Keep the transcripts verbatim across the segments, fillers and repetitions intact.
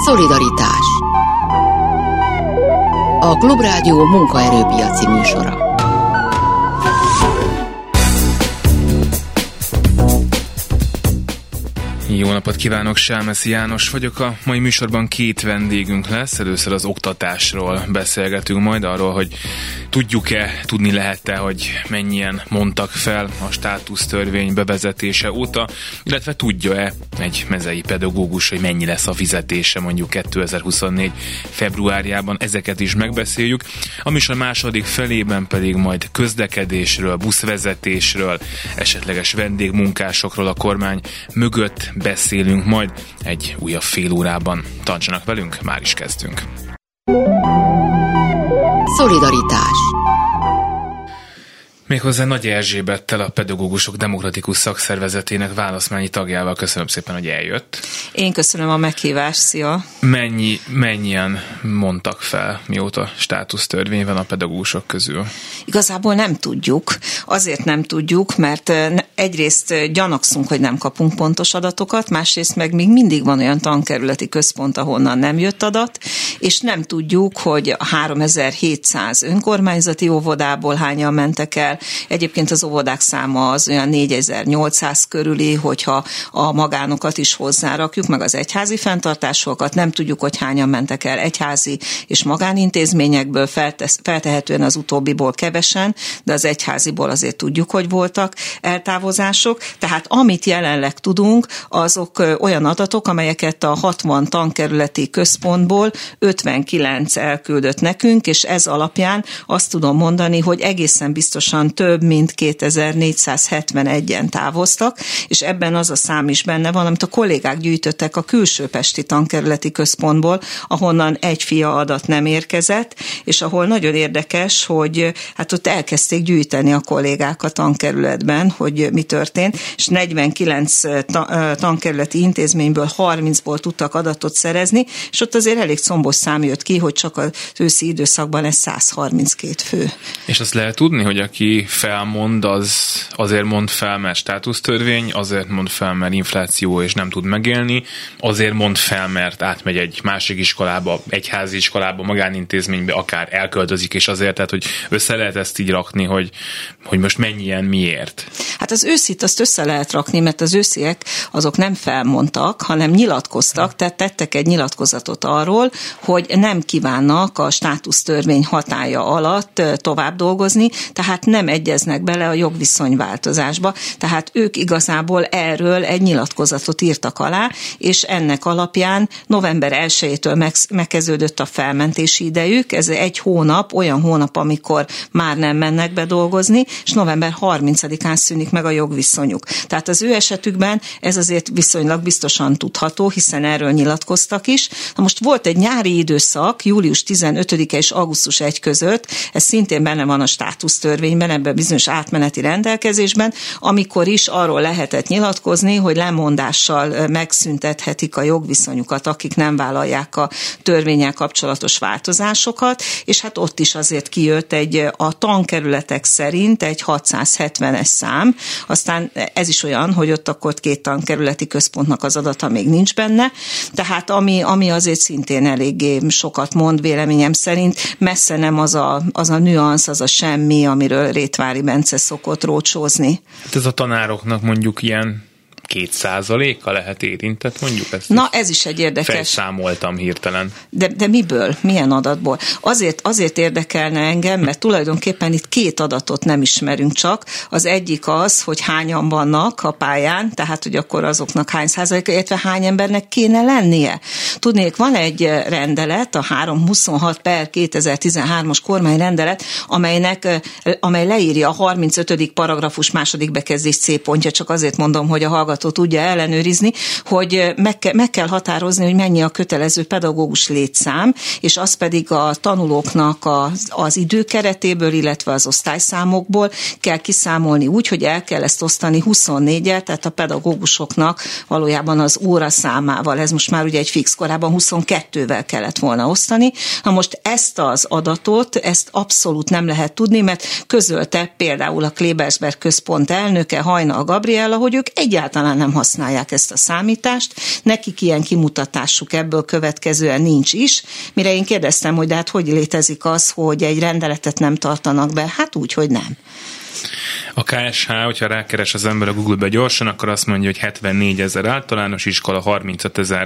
Szolidaritás. A Klubrádió munkaerőpiaci műsora. Jó napot kívánok, Sámeszi János vagyok. A mai műsorban két vendégünk lesz. Először az oktatásról beszélgetünk majd, arról, hogy tudjuk-e, tudni lehet-e, hogy mennyien mondtak fel a státusztörvény bevezetése óta, illetve tudja-e egy mezei pedagógus, hogy mennyi lesz a fizetése mondjuk kétezer-huszonnégy februárjában. Ezeket is megbeszéljük. A műsor második felében pedig majd közlekedésről, buszvezetésről, esetleges vendégmunkásokról a kormány mögött beszélünk majd egy újabb fél órában. Tartsanak velünk, már is kezdünk. Szolidaritás. Méghozzá Nagy Erzsébettel, a Pedagógusok Demokratikus Szakszervezetének választmányi tagjával. Köszönöm szépen, hogy eljött. Én köszönöm a meghívást, szia! Mennyi, mennyien mondtak fel, mióta státusztörvény van a pedagógusok közül? Igazából nem tudjuk. Azért nem tudjuk, mert egyrészt gyanakszunk, hogy nem kapunk pontos adatokat, másrészt meg még mindig van olyan tankerületi központ, ahonnan nem jött adat, és nem tudjuk, hogy háromezer-hétszáz önkormányzati óvodából hányan mentek el. Egyébként az óvodák száma az olyan négyezer-nyolcszáz körüli, hogyha a magánokat is hozzárakjuk, meg az egyházi fenntartásokat. Nem tudjuk, hogy hányan mentek el egyházi és magánintézményekből, feltesz, feltehetően az utóbbiból kevesen, de az egyháziból azért tudjuk, hogy voltak eltávozások. Tehát amit jelenleg tudunk, azok olyan adatok, amelyeket a hatvan tankerületi központból ötvenkilenc elküldött nekünk, és ez alapján azt tudom mondani, hogy egészen biztosan több mint kétezer-négyszázhetvenegyen távoztak, és ebben az a szám is benne van, amit a kollégák gyűjtöttek a külső pesti tankerületi központból, ahonnan egy fia adat nem érkezett, és ahol nagyon érdekes, hogy hát ott elkezdték gyűjteni a kollégák a tankerületben, hogy mi történt, és negyvenkilenc tankerületi intézményből harmincból tudtak adatot szerezni, és ott azért elég combos szám jött ki, hogy csak az őszi időszakban lesz száz harminckét fő. És azt lehet tudni, hogy aki felmond, az azért mond fel, mert státusztörvény, azért mond fel, mert infláció és nem tud megélni, azért mond fel, mert átmegy egy másik iskolába, egyházi iskolába, magánintézménybe, akár elköltözik, és azért, tehát, hogy össze lehet ezt így rakni, hogy, hogy most mennyien, miért? Hát az őszit azt össze lehet rakni, mert az ősziek azok nem felmondtak, hanem nyilatkoztak, tehát tettek egy nyilatkozatot arról, hogy nem kívánnak a státusztörvény hatálya alatt tovább dolgozni, tehát nem egyeznek bele a jogviszonyváltozásba, tehát ők igazából erről egy nyilatkozatot írtak alá, és ennek alapján november elsejétől megkezdődött a felmentési idejük, ez egy hónap, olyan hónap, amikor már nem mennek be dolgozni, és november harmincadikán szűnik meg a jogviszonyuk. Tehát az ő esetükben ez azért viszonylag biztosan tudható, hiszen erről nyilatkoztak is. Na most volt egy nyári időszak, július tizenötödike és augusztus elseje között, ez szintén benne van a státusztörvényben, ebben bizonyos átmeneti rendelkezésben, amikor is arról lehetett nyilatkozni, hogy lemondással megszüntethetik a jogviszonyukat, akik nem vállalják a törvénnyel kapcsolatos változásokat, és hát ott is azért kijött egy a tankerületek szerint egy hatszázhetvenes szám, aztán ez is olyan, hogy ott akkor két tankerületi központnak az adata még nincs benne, tehát ami, ami azért szintén eléggé sokat mond véleményem szerint, messze nem az a, az a nüansz, az a semmi, amiről Rétvári Bence szokott rócsózni. Hát ez a tanároknak mondjuk ilyen két százaléka lehet érintett, mondjuk ezt? Na, ez is egy érdekes. Felszámoltam hirtelen. De, de miből? Milyen adatból? Azért, azért érdekelne engem, mert tulajdonképpen itt két adatot nem ismerünk csak. Az egyik az, hogy hányan vannak a pályán, tehát, hogy akkor azoknak hány százaléka, illetve hány embernek kéne lennie. Tudnék, van egy rendelet, a háromszázhuszonhat per kétezer-tizenhármas kormányrendelet, amelynek, amely leírja a harmincötödik paragrafus második bekezdés C pontja, csak azért mondom, hogy a hallgató tudja ellenőrizni, hogy meg, ke, meg kell határozni, hogy mennyi a kötelező pedagógus létszám, és az pedig a tanulóknak az, az időkeretéből, illetve az osztályszámokból kell kiszámolni úgy, hogy el kell ezt osztani huszonnégyel, tehát a pedagógusoknak valójában az óra számával, ez most már ugye egy fix, korábban huszonkettővel kellett volna osztani. Na most ezt az adatot, ezt abszolút nem lehet tudni, mert közölte például a Klebersberg központ elnöke, Hajnal Gabriella, hogy ők egyáltalán egyáltalán nem használják ezt a számítást, nekik ilyen kimutatásuk ebből következően nincs is. Mire én kérdeztem, hogy de hát hogy létezik az, hogy egy rendeletet nem tartanak be? Hát úgy, hogy nem. A ká es há, hogyha rákeres az ember a Google-be gyorsan, akkor azt mondja, hogy hetvennégy-ezer általános iskola, harmincötezer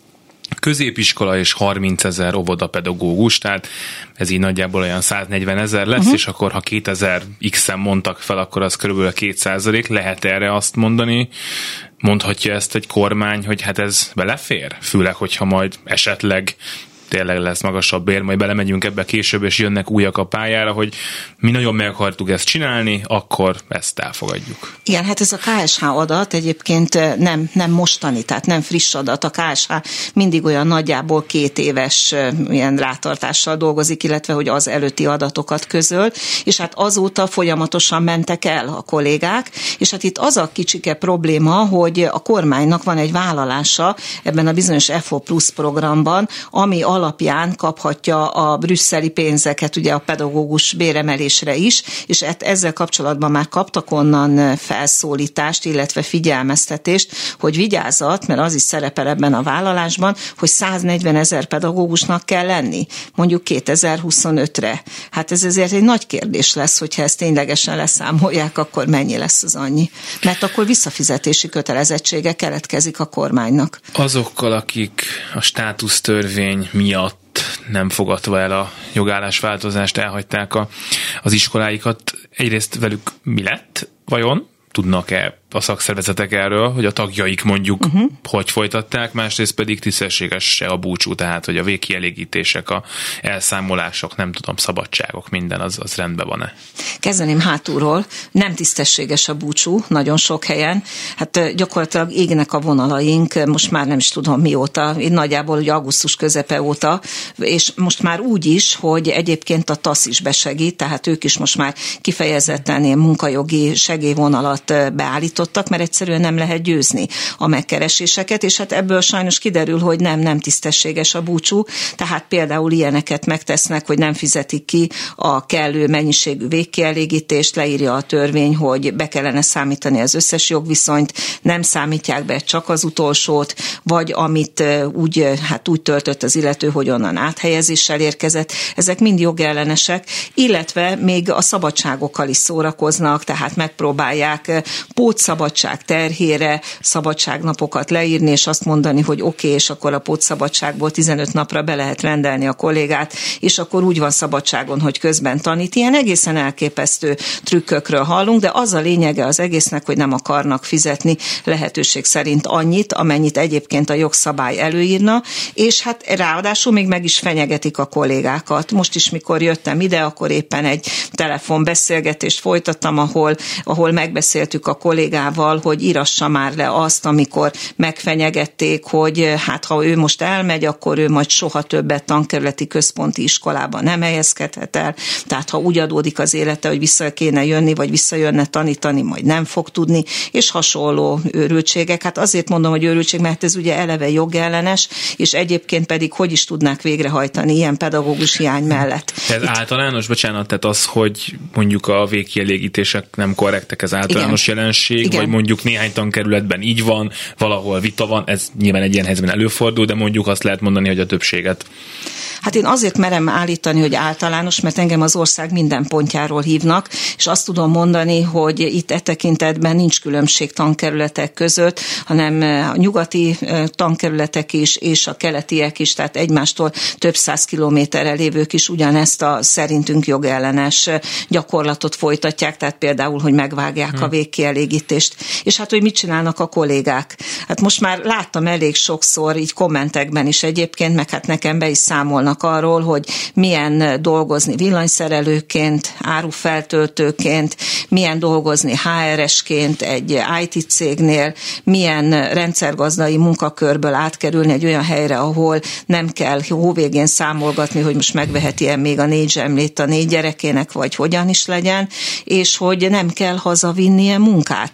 középiskola és harmincezer óvodapedagógus, tehát ez így nagyjából olyan száznegyvenezer lesz, uh-huh. és akkor ha kétezer x-en mondtak fel, akkor az körülbelül két százalék. Lehet erre azt mondani, mondhatja ezt egy kormány, hogy hát ez belefér? Főleg, hogyha majd esetleg tényleg lesz magasabb bér, majd belemegyünk ebbe később, és jönnek újak a pályára, hogy mi nagyon meg akartuk ezt csinálni, akkor ezt elfogadjuk. Igen, hát ez a ká es há adat egyébként nem, nem mostani, tehát nem friss adat. A ká es há mindig olyan nagyjából két éves ilyen rátartással dolgozik, illetve hogy az előtti adatokat közöl, és hát azóta folyamatosan mentek el a kollégák, és hát itt az a kicsike probléma, hogy a kormánynak van egy vállalása ebben a bizonyos ef o plusz programban, ami alapján kaphatja a brüsszeli pénzeket, ugye a pedagógus béremelésre is, és hát ezzel kapcsolatban már kaptak onnan felszólítást, illetve figyelmeztetést, hogy vigyázzat, mert az is szerepel ebben a vállalásban, hogy száznegyvenezer pedagógusnak kell lenni, mondjuk kétezer-huszonötre. Hát ez ezért egy nagy kérdés lesz, hogyha ezt ténylegesen leszámolják, akkor mennyi lesz az annyi. Mert akkor visszafizetési kötelezettsége keletkezik a kormánynak. Azokkal, akik a státusztörvény miatt nem fogadva el a jogállásváltozást, elhagyták a, az iskoláikat. Egyrészt velük mi lett, vajon? Tudnak-e a szakszervezetek erről, hogy a tagjaik mondjuk uh-huh. hogy folytatták, másrészt pedig tisztességes-e a búcsú, tehát hogy a végkielégítések, a elszámolások, nem tudom, szabadságok, minden az, az rendben van-e? Kezdeném hátulról. Nem tisztességes a búcsú, nagyon sok helyen. Hát gyakorlatilag égnek a vonalaink, most már nem is tudom mióta, én nagyjából ugye augusztus közepe óta, és most már úgy is, hogy egyébként a TASZ is besegít, tehát ők is most már kifejezetten ilyen munkajogi segélyvonalat beállítottak, mert egyszerűen nem lehet győzni a megkereséseket, és hát ebből sajnos kiderül, hogy nem, nem tisztességes a búcsú, tehát például ilyeneket megtesznek, hogy nem fizetik ki a kellő mennyiségű végkielégítést, leírja a törvény, hogy be kellene számítani az összes jogviszonyt, nem számítják be csak az utolsót, vagy amit úgy, hát úgy töltött az illető, hogy onnan áthelyezéssel érkezett, ezek mind jogellenesek, illetve még a szabadságokkal is szórakoznak, tehát megpróbálják pótszabadság terhére szabadságnapokat leírni, és azt mondani, hogy oké, okay, és akkor a pótszabadságból tizenöt napra be lehet rendelni a kollégát, és akkor úgy van szabadságon, hogy közben tanít. Ilyen egészen elképesztő trükkökről hallunk, de az a lényege az egésznek, hogy nem akarnak fizetni lehetőség szerint annyit, amennyit egyébként a jogszabály előírna, és hát ráadásul még meg is fenyegetik a kollégákat. Most is, mikor jöttem ide, akkor éppen egy telefonbeszélgetést folytattam, ahol, ahol megbeszéltük a kollégával, hogy írassa már le azt, amikor megfenyegették, hogy hát ha ő most elmegy, akkor ő majd soha többet tankerületi központi iskolában nem helyezkedhet el, tehát ha úgy adódik az élete, hogy vissza kéne jönni, vagy visszajönne tanítani, majd nem fog tudni, és hasonló őrültségek. Hát azért mondom, hogy őrültség, mert ez ugye eleve jogellenes, és egyébként pedig hogy is tudnák végrehajtani ilyen pedagógus hiány mellett. Ez Itt... általános, bocsánat, tehát az, hogy mondjuk a végkielégítések nem korrektek, ez általános Igen. jelenség, Igen. vagy mondjuk néhány tankerületben így van, valahol vita van, ez nyilván egy ilyen helyzetben előfordul, de mondjuk azt lehet mondani, hogy a többséget. Hát én azért merem állítani, hogy általános, mert engem az ország minden pontjáról hívnak, és azt tudom mondani, hogy itt e tekintetben nincs különbség tankerületek között, hanem a nyugati tankerületek is, és a keletiek is, tehát egymástól több száz kilométerre lévők is ugyanezt a szerintünk jogellenes gyakorlatot folytatják, tehát például, hogy megvágják hmm. a végkielégítést. És hát, hogy mit csinálnak a kollégák? Hát most már láttam elég sokszor, így kommentekben is egyébként, meg hát nekem be is számolnak arról, hogy milyen dolgozni villanyszerelőként, árufeltöltőként, milyen dolgozni há er esként egy i té cégnél, milyen rendszergazdai munkakörből átkerülni egy olyan helyre, ahol nem kell hóvégén számolgatni, hogy most megveheti-e még a négy zsemlét a négy gyerekének, vagy hogyan is legyen, és hogy nem kell hazavinnie munkát.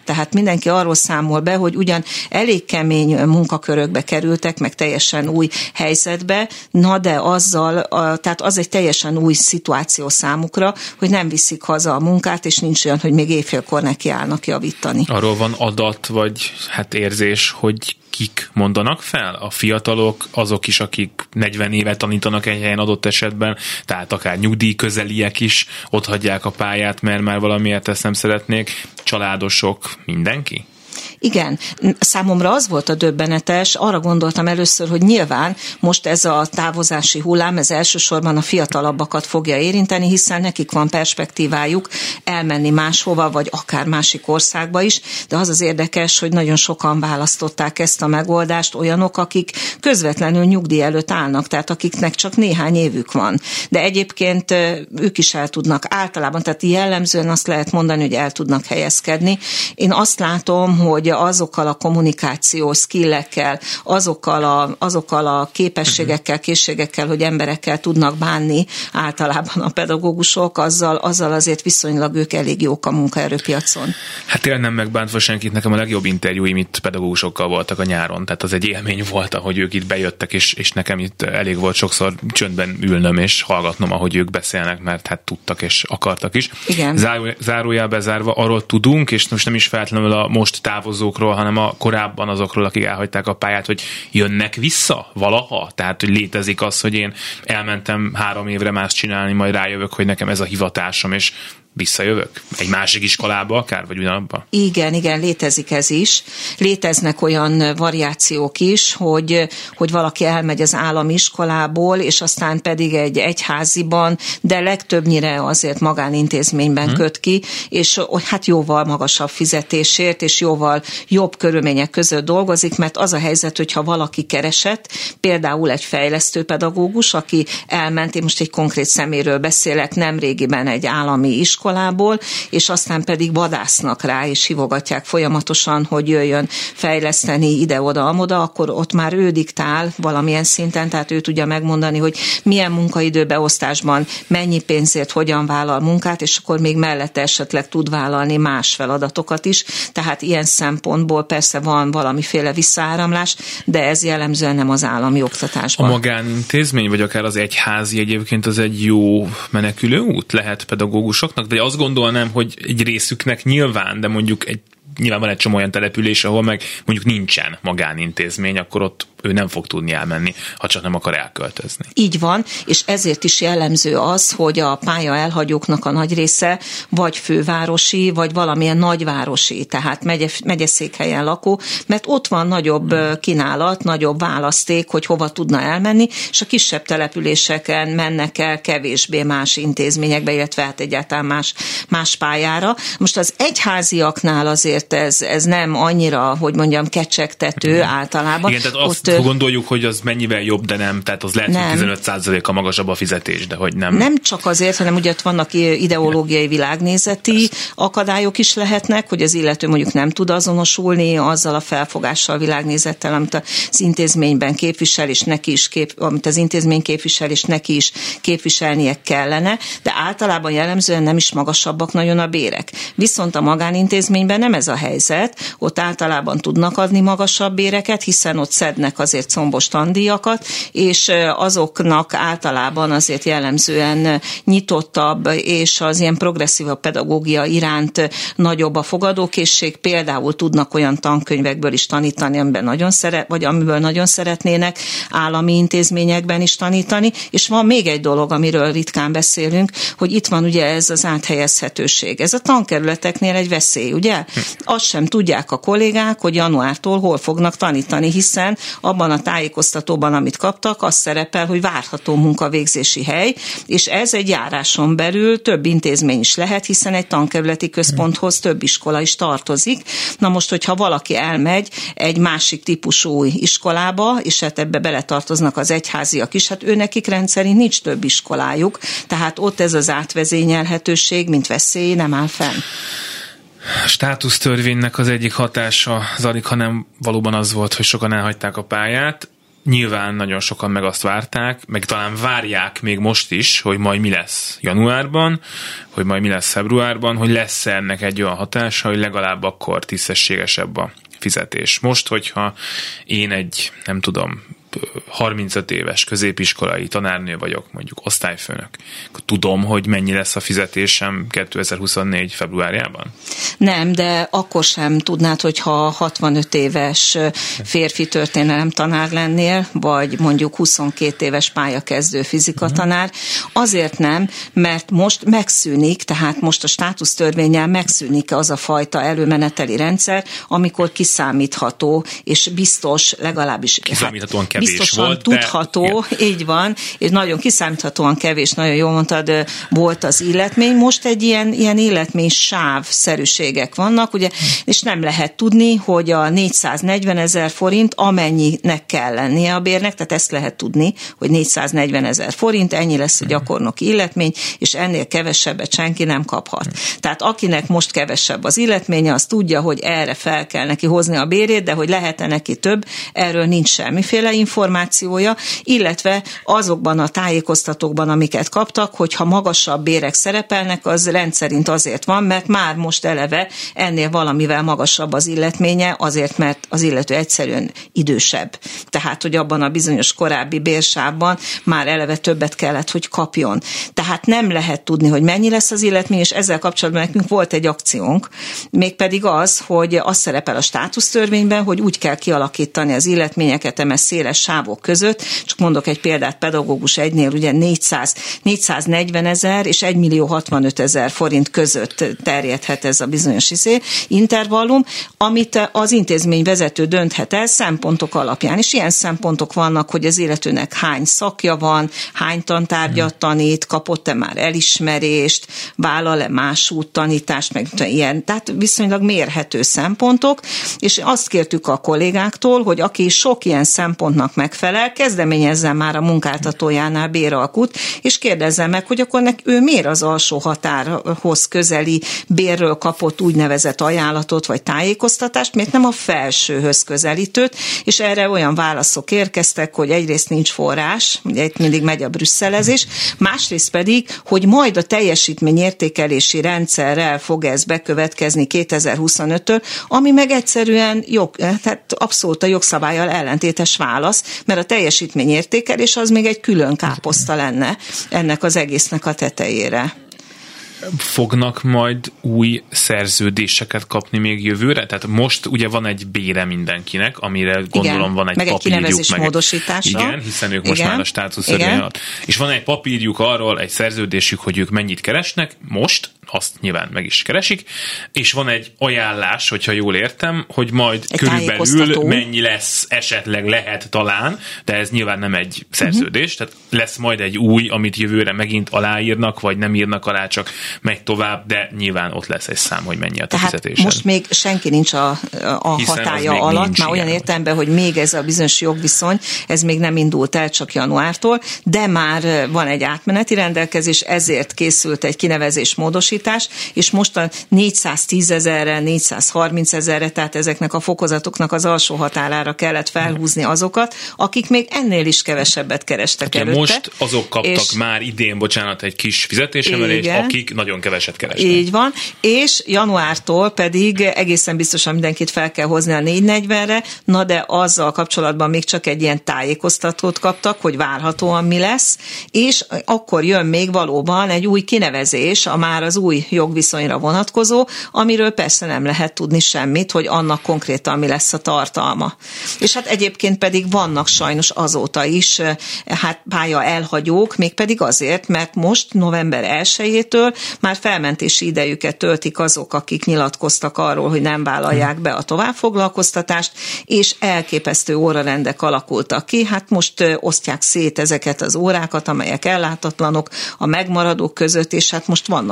Tehát mindenki arról számol be, hogy ugyan elég kemény munkakörökbe kerültek, meg teljesen új helyzetbe, na de azzal, a, tehát az egy teljesen új szituáció számukra, hogy nem viszik haza a munkát, és nincs olyan, hogy még éjfélkor nekiállnak javítani. Arról van adat, vagy hát érzés, hogy kik mondanak fel? A fiatalok, azok is, akik negyven évet tanítanak egy helyen adott esetben, tehát akár nyugdíj közeliek is ott hagyják a pályát, mert már valamiért ezt nem szeretnék. Családosok, mindenki? Igen, számomra az volt a döbbenetes, arra gondoltam először, hogy nyilván most ez a távozási hullám, ez elsősorban a fiatalabbakat fogja érinteni, hiszen nekik van perspektívájuk elmenni máshova, vagy akár másik országba is, de az az érdekes, hogy nagyon sokan választották ezt a megoldást, olyanok, akik közvetlenül nyugdíj előtt állnak, tehát akiknek csak néhány évük van. De egyébként ők is el tudnak általában, tehát jellemzően azt lehet mondani, hogy el tudnak helyezkedni. Én azt látom, hogy azokkal a kommunikációs skillekkel, azokkal a, azokkal a képességekkel, készségekkel, hogy emberekkel tudnak bánni általában a pedagógusok, azzal, azzal azért viszonylag ők elég jók a munkaerőpiacon. Hát tényleg nem megbántva senkit, nekem a legjobb interjúim itt pedagógusokkal voltak a nyáron, tehát az egy élmény volt, ahogy ők itt bejöttek, és, és nekem itt elég volt sokszor csöndben ülnöm és hallgatnom, ahogy ők beszélnek, mert hát tudtak és akartak is. Igen. Záró, zárójel bezárva arról tudunk, és most nem is feltétlenül a most távozókról, hanem a korábban azokról, akik elhagyták a pályát, hogy jönnek vissza valaha? Tehát, hogy létezik az, hogy én elmentem három évre más csinálni, majd rájövök, hogy nekem ez a hivatásom, és visszajövök? Egy másik iskolába akár, vagy ugyanabba? Igen, igen, létezik ez is. Léteznek olyan variációk is, hogy, hogy valaki elmegy az állami iskolából, és aztán pedig egy egyháziban, de legtöbbnyire azért magánintézményben hmm. köt ki, és hát jóval magasabb fizetésért, és jóval jobb körülmények között dolgozik, mert az a helyzet, hogyha valaki keresett, például egy fejlesztő pedagógus, aki elment, én most egy konkrét szeméről beszélek, nemrégiben egy állami iskolából, iskolából, és aztán pedig vadásznak rá, és hívogatják folyamatosan, hogy jöjjön fejleszteni ide-oda, amoda, akkor ott már ő diktál valamilyen szinten, tehát ő tudja megmondani, hogy milyen munkaidőbeosztásban, mennyi pénzért, hogyan vállal munkát, és akkor még mellette esetleg tud vállalni más feladatokat is, tehát ilyen szempontból persze van valamiféle visszaáramlás, de ez jellemzően nem az állami oktatásban. A magánintézmény, vagy akár az egyházi egyébként az egy jó menekülő út lehet pedagógusoknak, de azt gondolnám, hogy egy részüknek nyilván, de mondjuk egy, nyilván van egy csomó olyan település, ahol meg mondjuk nincsen magánintézmény, akkor ott ő nem fog tudni elmenni, ha csak nem akar elköltözni. Így van, és ezért is jellemző az, hogy a pálya elhagyóknak a nagy része vagy fővárosi, vagy valamilyen nagyvárosi, tehát megye, megyeszékhelyen lakó, mert ott van nagyobb kínálat, nagyobb választék, hogy hova tudna elmenni, és a kisebb településeken mennek el kevésbé más intézményekbe, illetve hát egyáltalán más, más pályára. Most az egyháziaknál azért ez, ez nem annyira, hogy mondjam, kecsegtető igen. általában. Igen, tehát azt ott, gondoljuk, hogy az mennyivel jobb, de nem, tehát az lehet, nem. hogy tizenöt százaléka magasabb a fizetés, de hogy nem. Nem csak azért, hanem ugye ott vannak ideológiai, világnézeti Persze. akadályok is lehetnek, hogy az illető mondjuk nem tud azonosulni azzal a felfogással, világnézettel, amit az intézményben képvisel, és neki is kép, amit az intézmény képvisel, és neki is képviselnie kellene, de általában jellemzően nem is magasabbak nagyon a bérek. Viszont a magánintézményben nem ez a helyzet, ott általában tudnak adni magasabb béreket, hiszen ott szednek azért combos tandíjakat, és azoknak általában azért jellemzően nyitottabb, és az ilyen progresszívabb pedagógia iránt nagyobb a fogadókészség, például tudnak olyan tankönyvekből is tanítani, amiben nagyon szeret, vagy amiből nagyon szeretnének állami intézményekben is tanítani, és van még egy dolog, amiről ritkán beszélünk, hogy itt van ugye ez az áthelyezhetőség. Ez a tankerületeknél egy veszély, ugye? Azt sem tudják a kollégák, hogy januártól hol fognak tanítani, hiszen abban a tájékoztatóban, amit kaptak, az szerepel, hogy várható munkavégzési hely, és ez egy járáson belül több intézmény is lehet, hiszen egy tankerületi központhoz több iskola is tartozik. Na most, hogyha valaki elmegy egy másik típusú iskolába, és hát ebbe beletartoznak az egyháziak is, hát ő nekik rendszerint nincs több iskolájuk, tehát ott ez az átvezényelhetőség, mint veszély nem áll fenn. A státusztörvénynek az egyik hatása az alig, hanem valóban az volt, hogy sokan elhagyták a pályát. nyilván nagyon sokan meg azt várták, meg talán várják még most is, hogy majd mi lesz januárban, hogy majd mi lesz februárban, hogy lesz ennek egy olyan hatása, hogy legalább akkor tisztességesebb a fizetés. Most, hogyha én egy, nem tudom, harmincöt éves középiskolai tanárnő vagyok, mondjuk osztályfőnök, akkor tudom, hogy mennyi lesz a fizetésem kétezer-huszonnégy februárjában? Nem, de akkor sem tudnád, hogyha hatvanöt éves férfi történelem tanár lennél, vagy mondjuk huszonkét éves pályakezdő fizikatanár. Azért nem, mert most megszűnik, tehát most a státusztörvénnyel megszűnik az a fajta előmeneteli rendszer, amikor kiszámítható, és biztos, legalábbis kiszámíthatóan kevés biztosan volt, tudható, de... így van, és nagyon kiszámíthatóan kevés, nagyon jól mondtad, volt az illetmény. Most egy ilyen, ilyen illetmény sávszerűségek vannak, ugye, és nem lehet tudni, hogy a négyszáznegyven ezer forint amennyinek kell lennie a bérnek, tehát ezt lehet tudni, hogy négyszáznegyven ezer forint, ennyi lesz a gyakornoki illetmény, és ennél kevesebbet senki nem kaphat. Tehát akinek most kevesebb az illetménye, az tudja, hogy erre fel kell neki hozni a bérét, de hogy lehet-e neki több, erről nincs semmiféle információja, illetve azokban a tájékoztatókban, amiket kaptak, hogyha magasabb bérek szerepelnek, az rendszerint azért van, mert már most eleve ennél valamivel magasabb az illetménye, azért, mert az illető egyszerűen idősebb. Tehát, hogy abban a bizonyos korábbi bérsávban már eleve többet kellett, hogy kapjon. Tehát nem lehet tudni, hogy mennyi lesz az illetmény, és ezzel kapcsolatban nekünk volt egy akciónk, mégpedig az, hogy az szerepel a státusztörvényben, hogy úgy kell kialakítani az illetményeket emes széles sávok között, csak mondok egy példát, pedagógus egynél ugye négyszáz, négyszáznegyven ezer és egy millió hatvanöt ezer forint között terjedhet ez a bizonyos izé, intervallum, amit az intézmény vezető dönthet el szempontok alapján, és ilyen szempontok vannak, hogy az illetőnek hány szakja van, hány tantárgyat tanít, kapott-e már elismerést, vállal-e más út tanítást, meg ilyen, tehát viszonylag mérhető szempontok, és azt kértük a kollégáktól, hogy aki sok ilyen szempontnak megfelel, kezdeményezzen már a munkáltatójánál béralkut, és kérdezze meg, hogy akkor nek ő miért az alsó határhoz közeli bérről kapott úgynevezett ajánlatot vagy tájékoztatást, miért nem a felsőhöz közelítőt, és erre olyan válaszok érkeztek, hogy egyrészt nincs forrás, ugye itt mindig megy a brüsszelezés, másrészt pedig, hogy majd a teljesítményértékelési rendszerrel fog ez bekövetkezni kétezer-huszonöttől, ami meg egyszerűen jog, tehát abszolút a jogszabállyal ellentétes válasz, mert a teljesítményértékelés az még egy külön káposzta lenne ennek az egésznek a tetejére. Fognak majd új szerződéseket kapni még jövőre? Tehát most ugye van egy bére mindenkinek, amire gondolom igen, van egy meg papírjuk. Egy meg módosítása. Igen, hiszen ők most igen, már a státusztörvény alatt. És van egy papírjuk arról, egy szerződésük, hogy ők mennyit keresnek most, azt nyilván meg is keresik, és van egy ajánlás, hogyha jól értem, hogy majd egy körülbelül mennyi lesz, esetleg lehet talán, de ez nyilván nem egy szerződés, uh-huh. tehát lesz majd egy új, amit jövőre megint aláírnak, vagy nem írnak alá, csak megy tovább, de nyilván ott lesz egy szám, hogy mennyi a te fizetésed. Most még senki nincs a, a hatálya alatt, már olyan értelemben, hogy még ez a bizonyos jogviszony, ez még nem indult el csak januártól, de már van egy átmeneti rendelkezés, ezért készült egy kinevezés módosítás, és most a négyszáztíz ezerre, négyszázharminc ezerre, tehát ezeknek a fokozatoknak az alsó határára kellett felhúzni azokat, akik még ennél is kevesebbet kerestek hát előtte. Most azok kaptak és már idén, bocsánat, egy kis fizetésemelést, akik nagyon keveset keresnek. Így van, és januártól pedig egészen biztosan mindenkit fel kell hozni a négyszáznegyvenre, na de azzal kapcsolatban még csak egy ilyen tájékoztatót kaptak, hogy várhatóan mi lesz, és akkor jön még valóban egy új kinevezés, a már az új jogviszonyra vonatkozó, amiről persze nem lehet tudni semmit, hogy annak konkrétan mi lesz a tartalma. És hát egyébként pedig vannak sajnos azóta is hát pálya elhagyók, mégpedig azért, mert most november elsejétől már felmentési idejüket töltik azok, akik nyilatkoztak arról, hogy nem vállalják be a továbbfoglalkoztatást, és elképesztő órarendek alakultak ki. Hát most osztják szét ezeket az órákat, amelyek ellátatlanok a megmaradók között, és hát most vannak olyanok,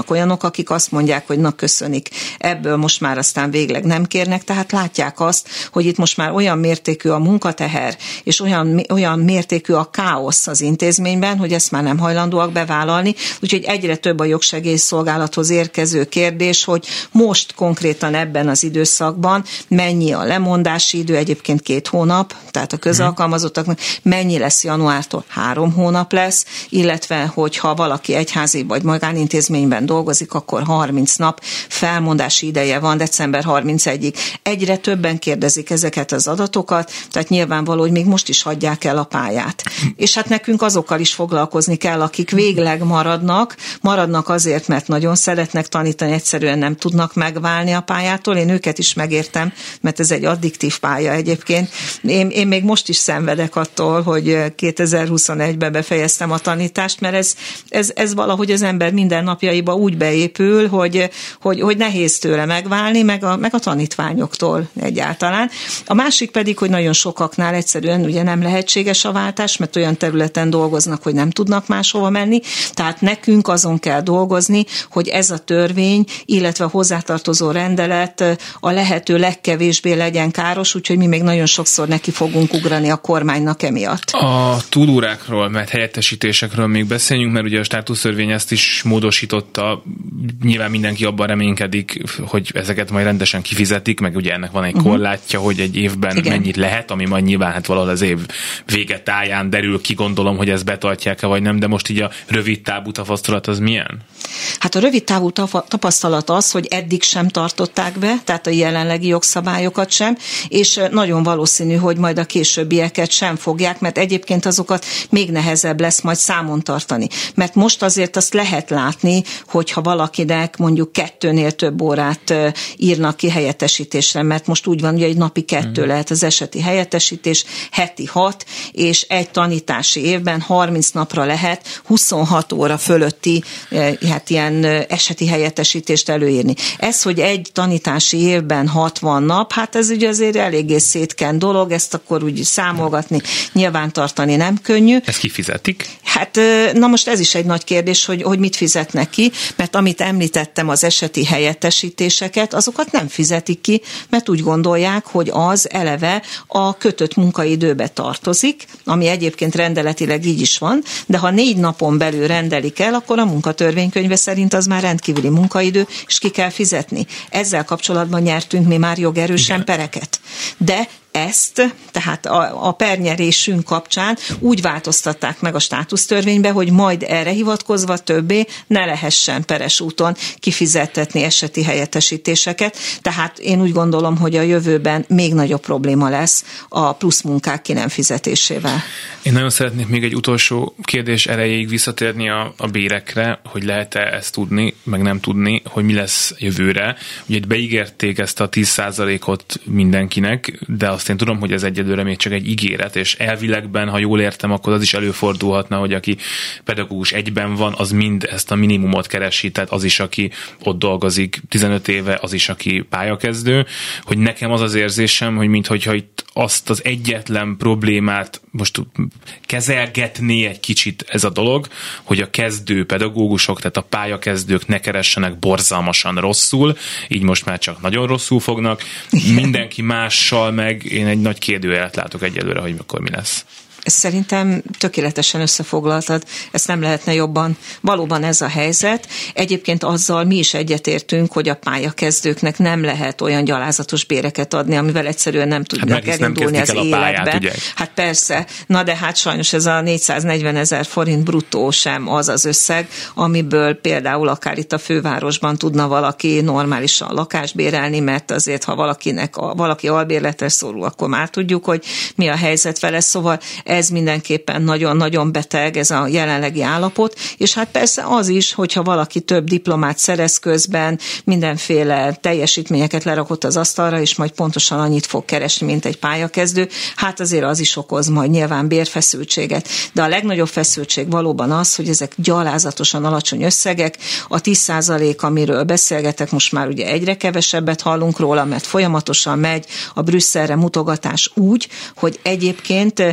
akik azt mondják, hogy na köszönik, ebből most már aztán végleg nem kérnek, tehát látják azt, hogy itt most már olyan mértékű a munkateher, és olyan, olyan mértékű a káosz az intézményben, hogy ezt már nem hajlandóak bevállalni, úgyhogy egyre több a jogsegélyszolgálathoz érkező kérdés, hogy most konkrétan ebben az időszakban mennyi a lemondási idő, egyébként két hónap, tehát a közalkalmazottaknak mennyi lesz januártól, három hónap lesz, illetve hogyha valaki egyházi vagy magánintézményben dolgozik, akkor harminc nap felmondási ideje van december harmincegyedikéig. Egyre többen kérdezik ezeket az adatokat, tehát nyilvánvaló, hogy még most is hagyják el a pályát. És hát nekünk azokkal is foglalkozni kell, akik végleg maradnak, maradnak azért, mert nagyon szeretnek tanítani, egyszerűen nem tudnak megválni a pályától. Én őket is megértem, mert ez egy addiktív pálya egyébként. Én, én még most is szenvedek attól, hogy kétezer-huszonegyben befejeztem a tanítást, mert ez, ez, ez valahogy az ember mindennapjaiba úgy beépül, hogy, hogy, hogy nehéz tőle megválni, meg a, meg a tanítványoktól egyáltalán. A másik pedig, hogy nagyon sokaknál egyszerűen ugye nem lehetséges a váltás, mert olyan területen dolgoznak, hogy nem tudnak máshova menni, tehát nekünk azon kell dolgozni, hogy ez a törvény, illetve a hozzátartozó rendelet a lehető legkevésbé legyen káros, úgyhogy mi még nagyon sokszor neki fogunk ugrani a kormánynak emiatt. A túlórákról, mert helyettesítésekről még beszéljünk, mert ugye a státusztörvény ezt is módosította, nyilván mindenki abban reménykedik, hogy ezeket majd rendesen kifizetik, meg ugye ennek van egy uh-huh. korlátja, hogy egy évben igen. mennyit lehet, ami majd nyilván hát valahol az év vége táján derül ki, gondolom, hogy ezt betartják-e vagy nem, de most így a rövid távú tapasztalat az milyen? Hát a rövid távú tapasztalat az, hogy eddig sem tartották be, tehát a jelenlegi jogszabályokat sem, és nagyon valószínű, hogy majd a későbbieket sem fogják, mert egyébként azokat még nehezebb lesz majd számon tartani. Mert most azért azt lehet látni, hogyha valakinek mondjuk kettőnél több órát írnak ki helyettesítésre, mert most úgy van, hogy egy napi kettő hmm. lehet az eseti helyettesítés, heti hat, és egy tanítási évben harminc napra lehet huszonhat óra fölötti hát ilyen eseti helyettesítést előírni. Ez, hogy egy tanítási évben hatvan nap, hát ez ugye azért eléggé szétken dolog, ezt akkor úgy számolgatni, nyilvántartani nem könnyű. Ezt kifizetik? Hát na most ez is egy nagy kérdés, hogy, hogy mit fizetnek ki, mert amit említettem, az eseti helyettesítéseket, azokat nem fizetik ki, mert úgy gondolják, hogy az eleve a kötött munkaidőbe tartozik, ami egyébként rendeletileg így is van, de ha négy napon belül rendelik el, akkor a munkatörvénykönyve szerint az már rendkívüli munkaidő, és ki kell fizetni. Ezzel kapcsolatban nyertünk mi már jogerősen igen. pereket. De ezt, tehát a, a pernyerésünk kapcsán úgy változtatták meg a státusztörvénybe, hogy majd erre hivatkozva többé ne lehessen peres úton kifizettetni eseti helyettesítéseket. Tehát én úgy gondolom, hogy a jövőben még nagyobb probléma lesz a plusz munkák ki nem fizetésével. Én nagyon szeretnék még egy utolsó kérdés erejéig visszatérni a, a bérekre, hogy lehet-e ezt tudni, meg nem tudni, hogy mi lesz jövőre. Ugye itt beígérték ezt a tíz százalékot mindenkinek, de azt én tudom, hogy ez egyelőre még csak egy ígéret, és elvilegben, ha jól értem, akkor az is előfordulhatna, hogy aki pedagógus egyben van, az mind ezt a minimumot keresi, tehát az is, aki ott dolgozik tizenöt éve, az is, aki pályakezdő, hogy nekem az az érzésem, hogy minthogyha itt azt az egyetlen problémát most kezelgetné egy kicsit ez a dolog, hogy a kezdő pedagógusok, tehát a pályakezdők ne keressenek borzalmasan rosszul, így most már csak nagyon rosszul fognak, mindenki mással meg én egy nagy kérdőjelet látok egyelőre, hogy mikor mi lesz. Szerintem tökéletesen összefoglaltad, ezt nem lehetne jobban. Valóban ez a helyzet. Egyébként azzal mi is egyetértünk, hogy a pályakezdőknek nem lehet olyan gyalázatos béreket adni, amivel egyszerűen nem tudnak hát elindulni az életbe. Pályát, hát persze, na de hát sajnos ez a négyszáznegyven ezer forint bruttó sem az az összeg, amiből például akár itt a fővárosban tudna valaki normálisan lakást bérelni, mert azért, ha valakinek a, valaki albérletre szorul, akkor már tudjuk, hogy mi a helyzet vele, szóval ez mindenképpen nagyon-nagyon beteg, ez a jelenlegi állapot, és hát persze az is, hogyha valaki több diplomát szerez közben, mindenféle teljesítményeket lerakott az asztalra, és majd pontosan annyit fog keresni, mint egy pályakezdő, hát azért az is okoz majd nyilván bérfeszültséget. De a legnagyobb feszültség valóban az, hogy ezek gyalázatosan alacsony összegek, a tíz százalék, amiről beszélgetek, most már ugye egyre kevesebbet hallunk róla, mert folyamatosan megy a Brüsszelre mutogatás úgy, hogy egyébként ennek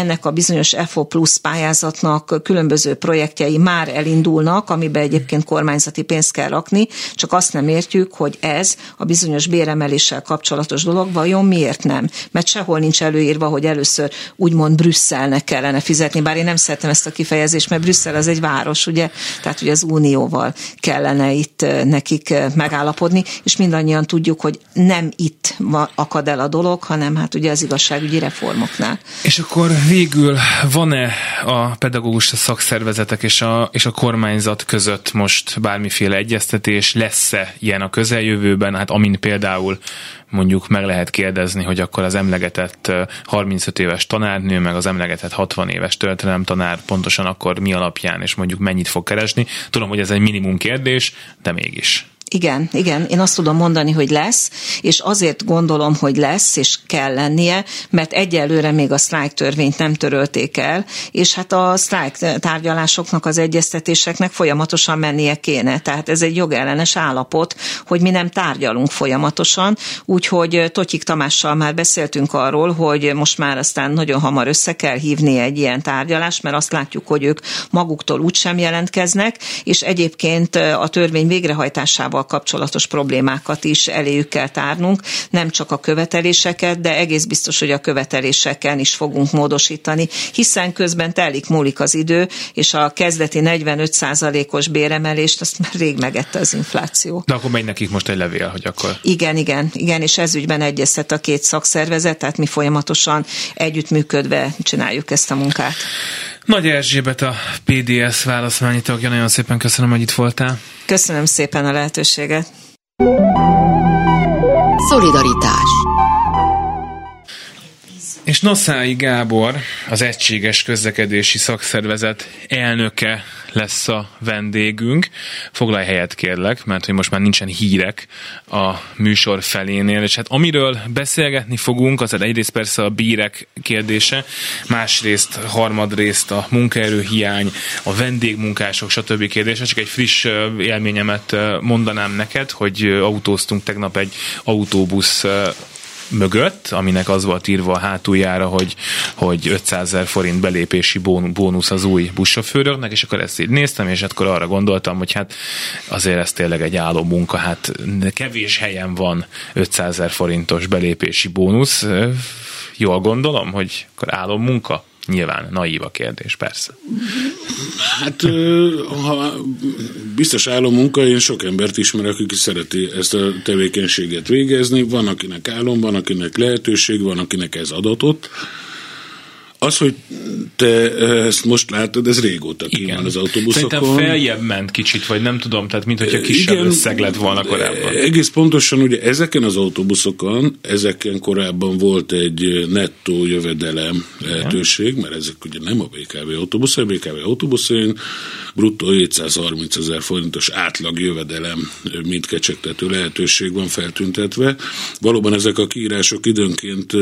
ennek a bizonyos F O plusz pályázatnak különböző projektjei már elindulnak, amiben egyébként kormányzati pénzt kell rakni, csak azt nem értjük, hogy ez a bizonyos béremeléssel kapcsolatos dolog vajon miért nem? Mert sehol nincs előírva, hogy először úgymond Brüsszelnek kellene fizetni, bár én nem szeretem ezt a kifejezést, mert Brüsszel az egy város, ugye? Tehát ugye az Unióval kellene itt nekik megállapodni, és mindannyian tudjuk, hogy nem itt akad el a dolog, hanem hát ugye az igazságügyi reformoknál. És akkor végül van-e a pedagógus szakszervezetek és a, és a kormányzat között most bármiféle egyeztetés, lesz-e ilyen a közeljövőben, hát amint például mondjuk meg lehet kérdezni, hogy akkor az emlegetett harmincöt éves tanárnő, meg az emlegetett hatvan éves történelemtanár pontosan akkor mi alapján, és mondjuk mennyit fog keresni. Tudom, hogy ez egy minimum kérdés, de mégis. Igen, igen, én azt tudom mondani, hogy lesz, és azért gondolom, hogy lesz, és kell lennie, mert egyelőre még a sztrájk törvényt nem törölték el, és hát a sztrájk tárgyalásoknak, az egyeztetéseknek folyamatosan mennie kéne. Tehát ez egy jogellenes állapot, hogy mi nem tárgyalunk folyamatosan, úgyhogy Totyik Tamással már beszéltünk arról, hogy most már aztán nagyon hamar össze kell hívni egy ilyen tárgyalást, mert azt látjuk, hogy ők maguktól úgysem jelentkeznek, és egyébként a törvény végrehajtásával kapcsolatos problémákat is eléjük kell tárnunk, nem csak a követeléseket, de egész biztos, hogy a követeléseken is fogunk módosítani, hiszen közben telik múlik az idő, és a kezdeti negyvenöt százalékos béremelést azt már rég megette az infláció. De akkor megy nekik most egy levél, hogy akkor... Igen, igen, igen, és ez ügyben egyeztet a két szakszervezet, tehát mi folyamatosan együttműködve csináljuk ezt a munkát. Nagy Erzsébet, a pé dé es választmányi tagja, nagyon szépen köszönöm, hogy itt voltál. Köszönöm szépen a lehetőséget. Szolidaritás. És Naszályi Gábor, az Egységes Közlekedési Szakszervezet elnöke lesz a vendégünk. Foglalj helyet, kérlek, mert hogy most már nincsen hírek a műsor felénél, és hát amiről beszélgetni fogunk, az egyrészt persze a bírek kérdése, másrészt, harmadrészt a munkaerőhiány, a vendégmunkások, stb. Kérdése. Csak egy friss élményemet mondanám neked, hogy autóztunk tegnap egy autóbusz mögött, aminek az volt írva a hátuljára, hogy, hogy ötszázezer forint belépési bónusz az új buszsofőröknek, és akkor ezt így néztem, és akkor arra gondoltam, hogy hát azért ez tényleg egy álom munka, hát kevés helyen van ötszázezer forintos belépési bónusz. Jól gondolom, hogy akkor álom munka? Nyilván naív a kérdés, persze. Hát, ha biztos álom munka, én sok embert ismerek, aki szereti ezt a tevékenységet végezni. Van, akinek álom, van, akinek lehetőség, van, akinek ez adatot. Az, hogy te ezt most látod, ez régóta ki van az autóbuszokon. Szerintem feljebb ment kicsit, vagy nem tudom, tehát mintha kisebb igen, összeg lett volna korábban. Egész pontosan, ugye ezeken az autóbuszokon, ezeken korábban volt egy nettó jövedelem lehetőség, mert ezek ugye nem a bé ká vé autóbusz, a bé ká vé autóbuszén bruttó hétszázharmincezer forintos átlag jövedelem mint kecsegtető lehetőség van feltüntetve. Valóban ezek a kiírások időnként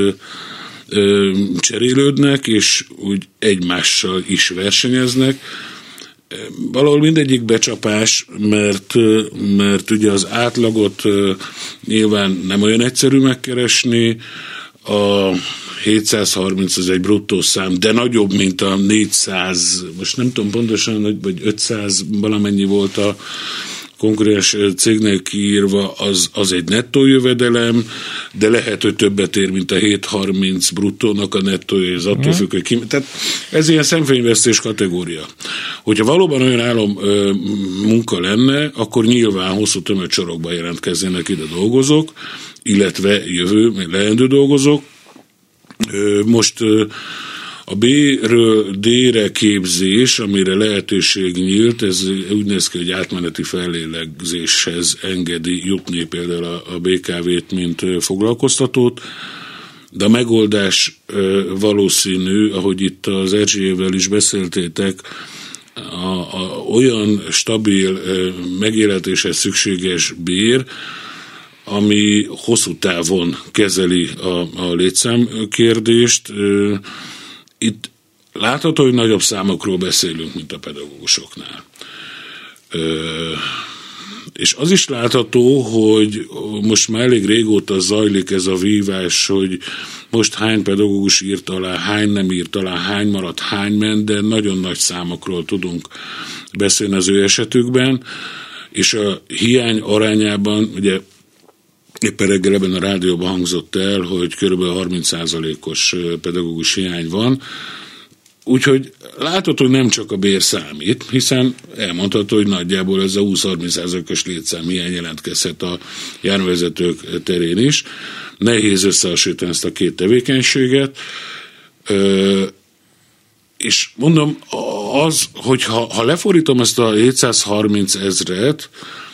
cserélődnek, és úgy egymással is versenyeznek. Valahol mindegyik becsapás, mert, mert ugye az átlagot nyilván nem olyan egyszerű megkeresni, a hétszázharminc az egy bruttó szám, de nagyobb, mint a négyszáz, most nem tudom pontosan, vagy ötszáz valamennyi volt a konkurens cégnél kiírva, az, az egy nettó jövedelem, de lehet, hogy többet ér, mint a hétszázharminc bruttónak a nettója, ez attól függ, hogy ki... Tehát ez ilyen szemfényvesztés kategória. Hogyha valóban olyan álom ö, munka lenne, akkor nyilván hosszú tömegsorokban jelentkeznének ide dolgozók, illetve jövő, leendő dolgozók. Ö, most ö, a B-ről D-re képzés, amire lehetőség nyílt, ez úgy néz ki, hogy átmeneti fellélegzéshez engedi jutni például a bé ká vét, mint foglalkoztatót, de a megoldás valószínű, ahogy itt az Erzsével is beszéltétek, a, a, olyan stabil megélhetéshez szükséges bér, ami hosszú távon kezeli a, a létszám kérdést. Itt látható, hogy nagyobb számokról beszélünk, mint a pedagógusoknál. Ö, és az is látható, hogy most már elég régóta zajlik ez a vívás, hogy most hány pedagógus írt alá, hány nem írt alá, hány maradt, hány ment, de nagyon nagy számokról tudunk beszélni az ő esetükben, és a hiány arányában, ugye éppen reggel ebben a rádióban hangzott el, hogy kb. harminc százalékos pedagógus hiány van, úgyhogy látható, hogy nem csak a bér számít, hiszen elmondható, hogy nagyjából ez a húsz-harminc százalékos létszám hiány jelentkezhet a járművezetők terén is. Nehéz összehasonlítani ezt a két tevékenységet, és mondom, az, hogy ha, ha lefordítom ezt a hétszázharminc ezret,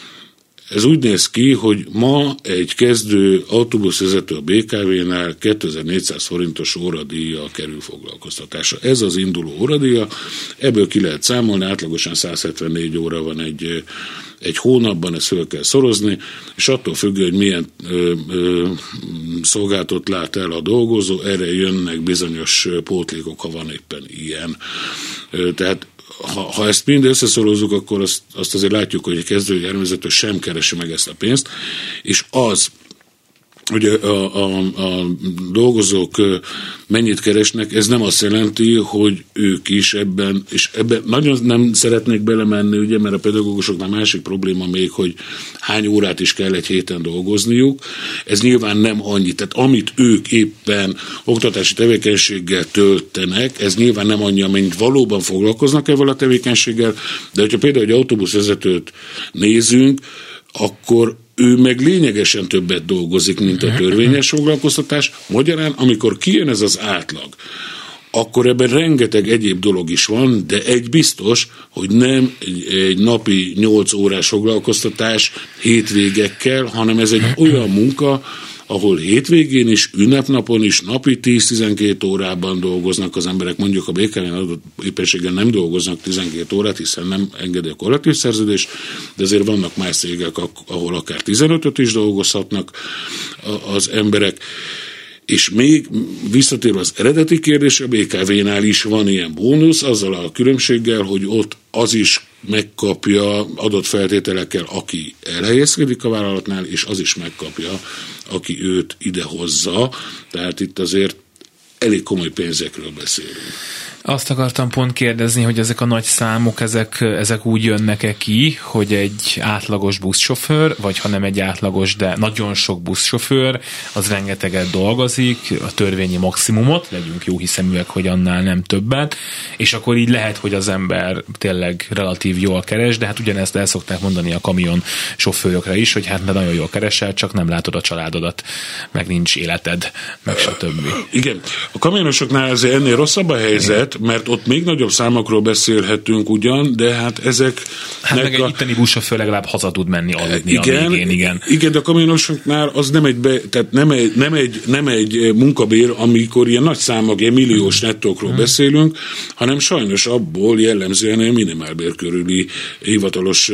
ez úgy néz ki, hogy ma egy kezdő autóbuszvezető a bé ká vé-nál kétezer-négyszáz forintos óradíjjal kerül foglalkoztatásra. Ez az induló óradíja, ebből ki lehet számolni, átlagosan száz hetvennégy óra van egy, egy hónapban, ezt föl kell szorozni, és attól függő, hogy milyen ö, ö, szolgáltat lát el a dolgozó, erre jönnek bizonyos pótlékok, ha van éppen ilyen. Ö, tehát Ha, ha ezt mind összeszorozzuk, akkor azt, azt azért látjuk, hogy egy kezdő járművezető sem keresi meg ezt a pénzt, és az, hogy a, a, a dolgozók mennyit keresnek, ez nem azt jelenti, hogy ők is ebben, és ebben nagyon nem szeretnék belemenni, ugye, mert a pedagógusoknál másik probléma még, hogy hány órát is kell egy héten dolgozniuk. Ez nyilván nem annyi. Tehát amit ők éppen oktatási tevékenységgel töltenek, ez nyilván nem annyi, amennyit valóban foglalkoznak ezzel a tevékenységgel, de hogyha például egy autóbuszvezetőt nézünk, akkor ő meg lényegesen többet dolgozik, mint a törvényes foglalkoztatás. Magyarán, amikor kijön ez az átlag, akkor ebben rengeteg egyéb dolog is van, de egy biztos, hogy nem egy, egy napi nyolc órás foglalkoztatás hétvégekkel, hanem ez egy olyan munka, ahol hétvégén is, ünnepnapon is, napi tíz-tizenkét órában dolgoznak az emberek, mondjuk a bé ká vén adott éppenséggel nem dolgoznak tizenkét órát, hiszen nem engedi a kollektív szerződés, de azért vannak más cégek, ahol akár tizenötöt is dolgozhatnak az emberek. És még visszatérve az eredeti kérdés, a bé ká vé-nál is van ilyen bónusz, azzal a különbséggel, hogy ott az is megkapja adott feltételekkel, aki elhelyezkedik a vállalatnál, és az is megkapja, aki őt idehozza. Tehát itt azért elég komoly pénzekről beszélünk. Azt akartam pont kérdezni, hogy ezek a nagy számok, ezek, ezek úgy jönnek-e ki, hogy egy átlagos buszsofőr, vagy ha nem egy átlagos, de nagyon sok buszsofőr, az rengeteget dolgozik, a törvényi maximumot, legyünk jó hiszeműek, hogy annál nem többet, és akkor így lehet, hogy az ember tényleg relatív jól keres, de hát ugyanezt el szokták mondani a kamion sofőrökre is, hogy hát nagyon jól keresel, csak nem látod a családodat, meg nincs életed, meg stb. Igen, a kamionosoknál azért ennél rosszabb a helyzet, mert ott még nagyobb számokról beszélhetünk ugyan, de hát ezek... Hát meg egy a... itteni buszsofőr legalább haza tud menni aludni igen, a végén, igen. Igen, de a kamionosoknál az nem egy, be, tehát nem egy, nem egy, nem egy munkabér, amikor ilyen nagy számok, ilyen milliós nettókról hmm. beszélünk, hanem sajnos abból jellemzően egy minimálbér körüli hivatalos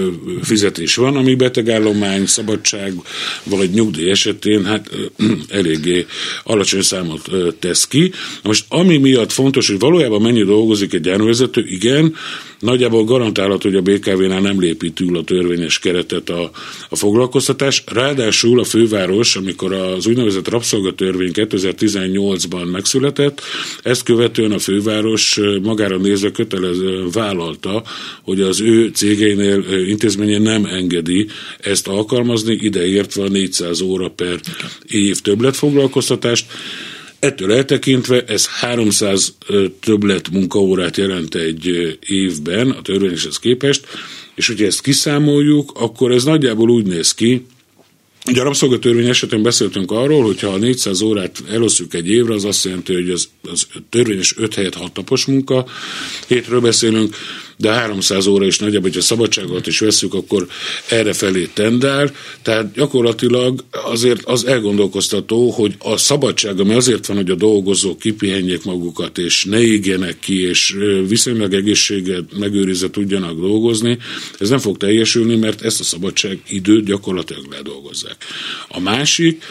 fizetés van, ami betegállomány, szabadság, vagy nyugdíj esetén hát eléggé alacsony számot tesz ki. Most ami miatt fontos, hogy valójában mennyi dolgozik egy járművezető, igen, nagyjából garantálható, hogy a bé ká vé-nál nem lépi túl a törvényes keretet a, a foglalkoztatás. Ráadásul a főváros, amikor az úgynevezett rabszolgatörvény kétezer-tizennyolcban megszületett, ezt követően a főváros magára nézve kötelezően vállalta, hogy az ő cégeinél, intézményén nem engedi ezt alkalmazni, ideértve a négyszáz óra per év többletfoglalkoztatást. Ettől eltekintve ez háromszáz többlet munkaórát jelent egy évben a törvényeshez képest, és hogyha ezt kiszámoljuk, akkor ez nagyjából úgy néz ki, ugye a rabszolgatörvény esetén beszéltünk arról, hogyha a négyszáz órát elosztjuk egy évre, az azt jelenti, hogy az, az törvényes öt helyett hat napos munka, hétről beszélünk, de háromszáz óra is nagyjából, hogyha szabadságot is veszük, akkor erre felé tendál, tehát gyakorlatilag azért az elgondolkoztató, hogy a szabadság, ami azért van, hogy a dolgozók kipihenjék magukat, és ne égjenek ki, és viszonylag egészséget megőrizve tudjanak dolgozni, ez nem fog teljesülni, mert ezt a szabadság időt gyakorlatilag ledolgozzák. A másik,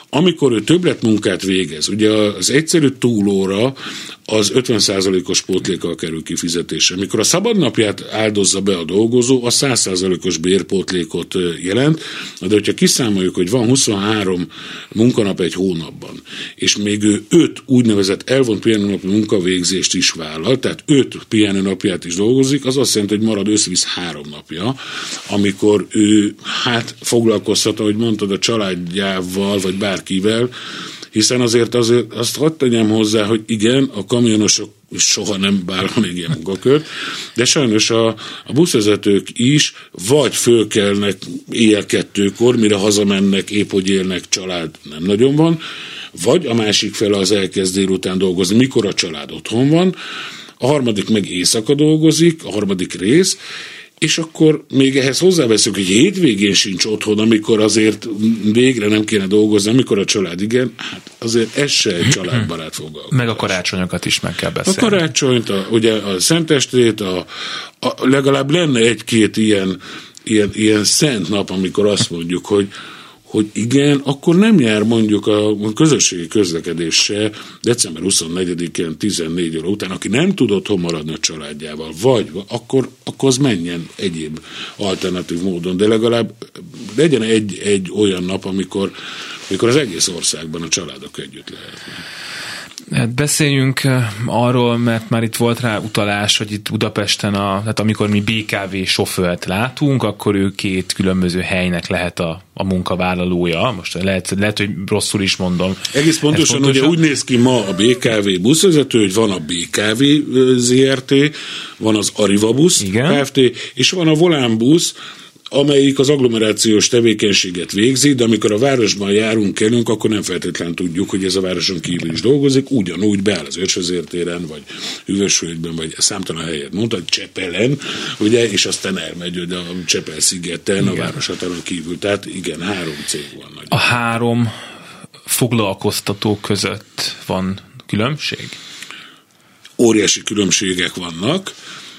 amikor ő többletmunkát végez, ugye az egyszerű túlóra az ötven százalékos pótlékkal kerül kifizetésre. Mikor a szabadnapját áldozza be a dolgozó, a száz százalékos bérpótlékot jelent, de hogyha kiszámoljuk, hogy van huszonhárom munkanap egy hónapban, és még ő öt úgynevezett elvont pihenőnapi munkavégzést is vállal, tehát öt pihenőnapját is dolgozik, az azt jelenti, hogy marad összvisz három napja, amikor ő hát foglalkozhat, ahogy mondtad, a családjával, vagy bárkivel, hiszen azért, azért azt hadd tegyem hozzá, hogy igen, a kamionosok soha nem vállalnak ilyen munkakört, de sajnos a, a buszvezetők is vagy fölkelnek éjjel kettőkor, mire hazamennek, épp hogy élnek, család nem nagyon van, vagy a másik fele az elkezd délután dolgozni, mikor a család otthon van, a harmadik meg éjszaka dolgozik, a harmadik rész, és akkor még ehhez hozzáveszünk, hogy hétvégén sincs otthon, amikor azért végre nem kéne dolgozni, amikor a család igen, hát azért ez se egy családbarát foglalkozás. Meg a karácsonyokat is meg kell beszélni. A karácsonyt, a, ugye a Szentestét, a, a, legalább lenne egy-két ilyen, ilyen, ilyen szent nap, amikor azt mondjuk, hogy hogy igen, akkor nem jár mondjuk a közösségi közlekedéssel december huszonnegyedikén tizennégy óra után, aki nem tud otthon maradni a családjával, vagy akkor, akkor az menjen egyéb alternatív módon, de legalább legyen egy, egy olyan nap, amikor, amikor az egész országban a családok együtt lehetnek. Hát beszéljünk arról, mert már itt volt rá utalás, hogy itt Budapesten, a, hát amikor mi bé ká vé sofőrt látunk, akkor ő két különböző helynek lehet a, a munkavállalója. Most lehet, lehet, hogy rosszul is mondom. Egész pontosan, pontosan, ugye úgy néz ki ma a bé ká vé buszvezető, hogy van a bé ká vé zé er té, van az Arriva Busz Kft., és van a Volán Busz, amelyik az agglomerációs tevékenységet végzi, de amikor a városban járunk, kelünk, akkor nem feltétlenül tudjuk, hogy ez a városon kívül is dolgozik, ugyanúgy beáll az Örsvezértéren, vagy Hűvösvölgyben, vagy számtalan helyet mondta, Csepelen, ugye, és aztán elmegy, hogy a Csepel-szigeten, a városhatáron kívül. Tehát igen, három cég van. Nagyon. A három foglalkoztató között van különbség? Óriási különbségek vannak.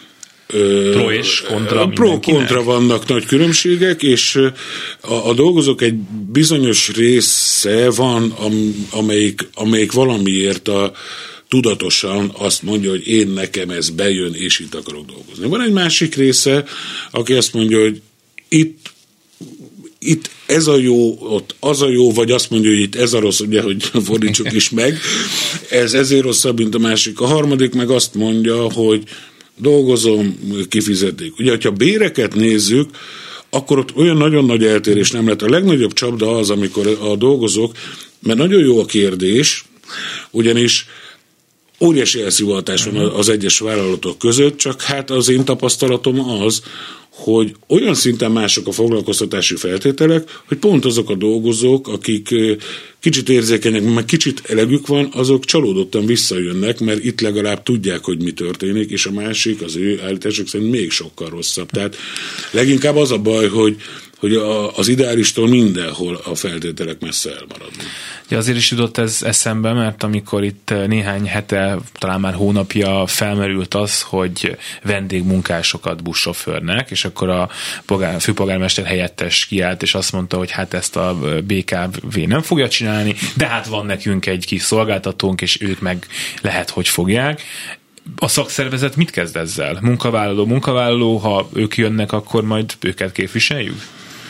Pro és kontra Pro-kontra vannak nagy különbségek, és a, a dolgozók egy bizonyos része van, am, amelyik, amelyik valamiért a, tudatosan azt mondja, hogy én nekem ez bejön, és itt akarok dolgozni. Van egy másik része, aki azt mondja, hogy itt itt ez a jó, ott az a jó, vagy azt mondja, hogy itt ez a rossz, ugye, hogy fordítsuk is meg, ez ezért rosszabb, mint a másik. A harmadik meg azt mondja, hogy dolgozom, kifizetik. Ugye, hogyha béreket nézzük, akkor ott olyan nagyon nagy eltérés nem lehet. A legnagyobb csapda az, amikor a dolgozók, mert nagyon jó a kérdés, ugyanis óriási elszivatás van az egyes vállalatok között, csak hát az én tapasztalatom az, hogy olyan szinten mások a foglalkoztatási feltételek, hogy pont azok a dolgozók, akik kicsit érzékenyek, meg kicsit elegük van, azok csalódottan visszajönnek, mert itt legalább tudják, hogy mi történik, és a másik, az ő állítások szerint még sokkal rosszabb. Tehát leginkább az a baj, hogy hogy a, az ideálistól mindenhol a feltételek messze elmaradnak. Ja, azért is jutott ez eszembe, mert amikor itt néhány hete, talán már hónapja felmerült az, hogy vendégmunkásokat buszsofőrnek, és akkor a polgár, főpolgármester helyettes kiállt, és azt mondta, hogy hát ezt a bé ká vé nem fogja csinálni, de hát van nekünk egy kis szolgáltatónk, és ők meg lehet, hogy fogják. A szakszervezet mit kezd ezzel? Munkavállaló, munkavállaló, ha ők jönnek, akkor majd őket képviseljük?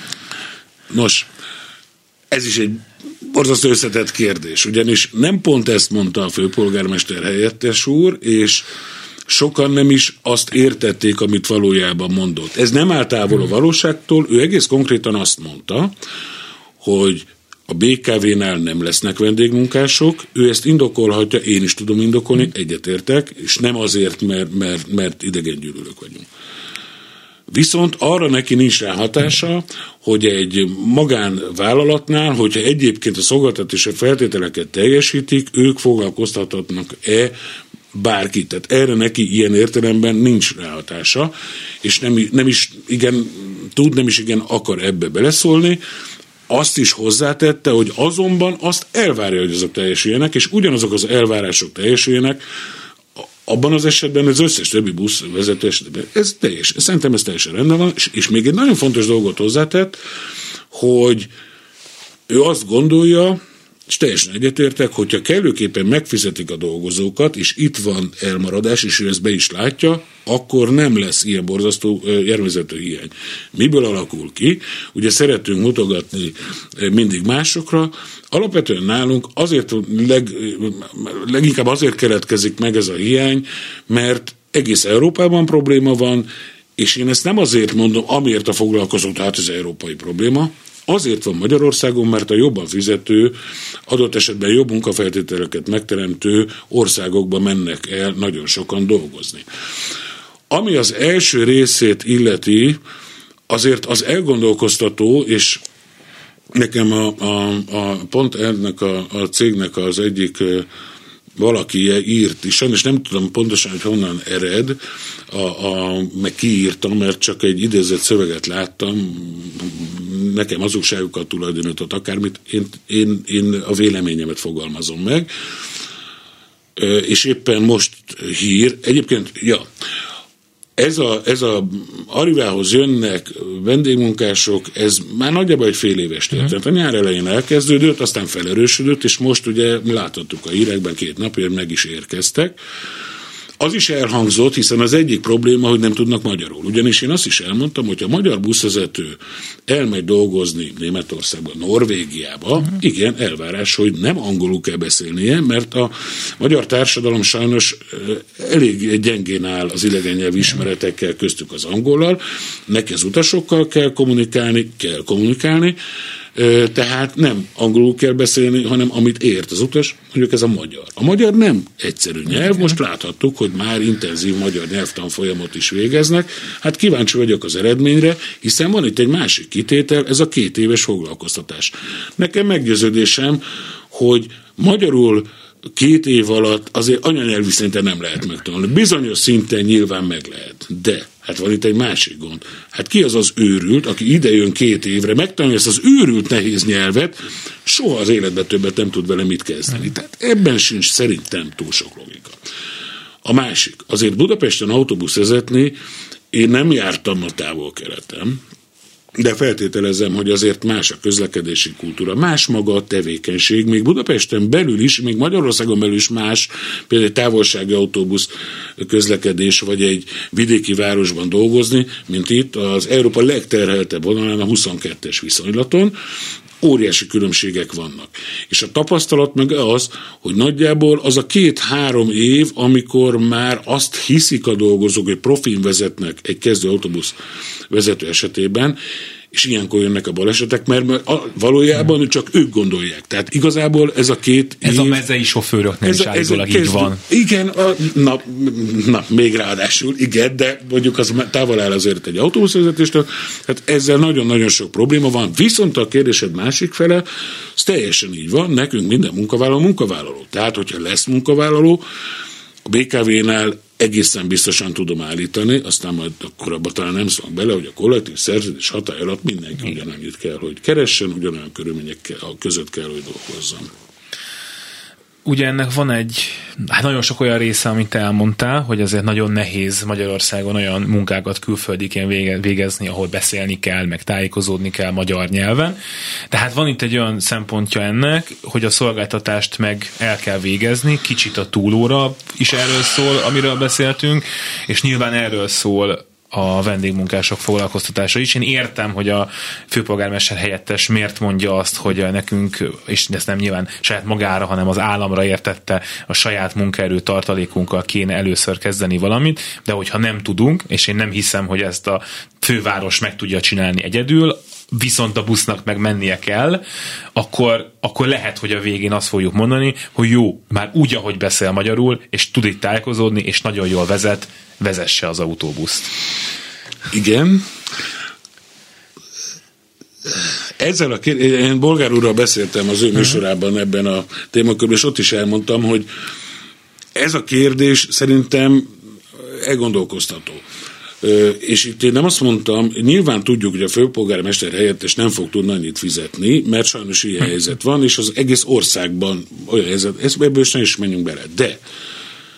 Nos, ez is egy borzasztó összetett kérdés, ugyanis nem pont ezt mondta a főpolgármester helyettes úr, és sokan nem is azt értették, amit valójában mondott. Ez nem áll távol a valóságtól, ő egész konkrétan azt mondta, hogy a bé ká vénál nem lesznek vendégmunkások, ő ezt indokolhatja, én is tudom indokolni, egyetértek, és nem azért, mert, mert, mert idegengyűlölők vagyunk. Viszont arra neki nincs rá hatása, hogy egy magánvállalatnál, hogyha egyébként a szolgáltatási feltételeket teljesítik, ők foglalkoztathatnak-e bárkit. Tehát erre neki ilyen értelemben nincs ráhatása, és nem, nem is igen tud, nem is igen akar ebbe beleszólni. Azt is hozzátette, hogy azonban azt elvárja, hogy azok teljesüljenek, és ugyanazok az elvárások teljesüljenek, abban az esetben az összes többi buszvezető esetben. Ez teljes, szerintem ez teljesen rendben van, és, és még egy nagyon fontos dolgot hozzátett, hogy ő azt gondolja, és teljesen egyetértek, hogyha kellőképpen megfizetik a dolgozókat, és itt van elmaradás, és ő ezt be is látja, akkor nem lesz ilyen borzasztó járművezető hiány. Miből alakul ki? Ugye szeretünk mutogatni mindig másokra, alapvetően nálunk azért leg, leginkább azért keletkezik meg ez a hiány, mert egész Európában probléma van, és én ezt nem azért mondom, amiért a foglalkozók, tehát ez európai probléma, azért van Magyarországon, mert a jobban fizető, adott esetben jobb munkafeltételeket megteremtő országokba mennek el nagyon sokan dolgozni. Ami az első részét illeti, azért az elgondolkoztató, és nekem a, a, a pont ennek a, a cégnek az egyik valaki írt is, és nem tudom pontosan, hogy honnan ered, a, a, meg kiírtam, mert csak egy idézett szöveget láttam, nekem hazugságokat tulajdonított akármit, én, én, én a véleményemet fogalmazom meg, és éppen most hír, egyébként, ja, Ez a, ez a Arrivához jönnek vendégmunkások, ez már nagyjából egy fél éves történet. A nyár elején elkezdődött, aztán felerősödött, és most ugye láthattuk a hírekben két napja, hogy meg is érkeztek. Az is elhangzott, hiszen az egyik probléma, hogy nem tudnak magyarul. Ugyanis én azt is elmondtam, hogy a magyar buszvezető elmegy dolgozni Németországba, Norvégiába, uh-huh. igen, elvárás, hogy nem angolul kell beszélnie, mert a magyar társadalom sajnos elég gyengén áll az idegen nyelv ismeretekkel, köztük az angollal, neki az utasokkal kell kommunikálni, kell kommunikálni, tehát nem angolul kell beszélni, hanem amit ért az utas, mondjuk ez a magyar. A magyar nem egyszerű nyelv, most láthattuk, hogy már intenzív magyar nyelvtanfolyamot is végeznek. Hát kíváncsi vagyok az eredményre, hiszen van itt egy másik kitétel, ez a két éves foglalkoztatás. Nekem meggyőződésem, hogy magyarul két év alatt azért anyanyelvi szinten nem lehet megtanulni. Bizonyos szinten nyilván meg lehet, de hát van itt egy másik gond. Hát ki az az őrült, aki idejön két évre, megtanulja ezt az őrült nehéz nyelvet, soha az életben többet nem tud vele mit kezdeni. Tehát ebben sincs szerintem túl sok logika. A másik, azért Budapesten autóbusz vezetni, én nem jártam a távol-keleten, de feltételezem, hogy azért más a közlekedési kultúra, más maga a tevékenység, még Budapesten belül is, még Magyarországon belül is más, például egy távolsági autóbusz közlekedés, vagy egy vidéki városban dolgozni, mint itt az Európa legterheltebb vonalán a huszonkettes viszonylaton, óriási különbségek vannak. És a tapasztalat meg az, hogy nagyjából az a két-három év, amikor már azt hiszik a dolgozók, hogy profin vezetnek egy kezdő autóbusz vezető esetében, és ilyenkor jönnek a balesetek, mert valójában csak ők gondolják. Tehát igazából ez a két Ez év, a mezei sofőröknél is állítólag így kezdő, van. Igen, a, na, na, még ráadásul, igen, de mondjuk az távol áll azért egy autóbuszvezetéstől, hát ezzel nagyon-nagyon sok probléma van. Viszont a kérdésed másik fele, ez teljesen így van, nekünk minden munkavállaló munkavállaló. Tehát, hogyha lesz munkavállaló, a bé ká vé-nál egészen biztosan tudom állítani, aztán majd akkor abban talán nem szólok bele, hogy a kollektív szerződés hatály alatt mindenki ugyanannyit kell, hogy keressen, ugyanolyan körülmények között kell, hogy dolgozzon. Ugye ennek van egy, hát nagyon sok olyan része, amit elmondtál, hogy azért nagyon nehéz Magyarországon olyan munkákat külföldiként végezni, ahol beszélni kell, meg tájékozódni kell magyar nyelven. Tehát van itt egy olyan szempontja ennek, hogy a szolgáltatást meg el kell végezni, kicsit a túlóra is erről szól, amiről beszéltünk, és nyilván erről szól a vendégmunkások foglalkoztatása is. Én értem, hogy a főpolgármester helyettes miért mondja azt, hogy nekünk, és ezt nem nyilván saját magára, hanem az államra értette, a saját munkaerő tartalékunkkal kéne először kezdeni valamit, de hogyha nem tudunk, és én nem hiszem, hogy ezt a főváros meg tudja csinálni egyedül, viszont a busznak meg mennie kell, akkor, akkor lehet, hogy a végén azt fogjuk mondani, hogy jó, már úgy, ahogy beszél magyarul, és tud itt tájékozódni, és nagyon jól vezet, vezesse az autóbuszt. Igen. Ezzel a kérdés, én Bolgár úrral beszéltem az ő műsorában ebben a témakörben, és ott is elmondtam, hogy ez a kérdés szerintem elgondolkoztató. És itt én nem azt mondtam, nyilván tudjuk, hogy a főpolgármester helyettes nem fog tudni annyit fizetni, mert sajnos ilyen helyzet van, és az egész országban olyan helyzet, ebből is nem is menjünk bele. De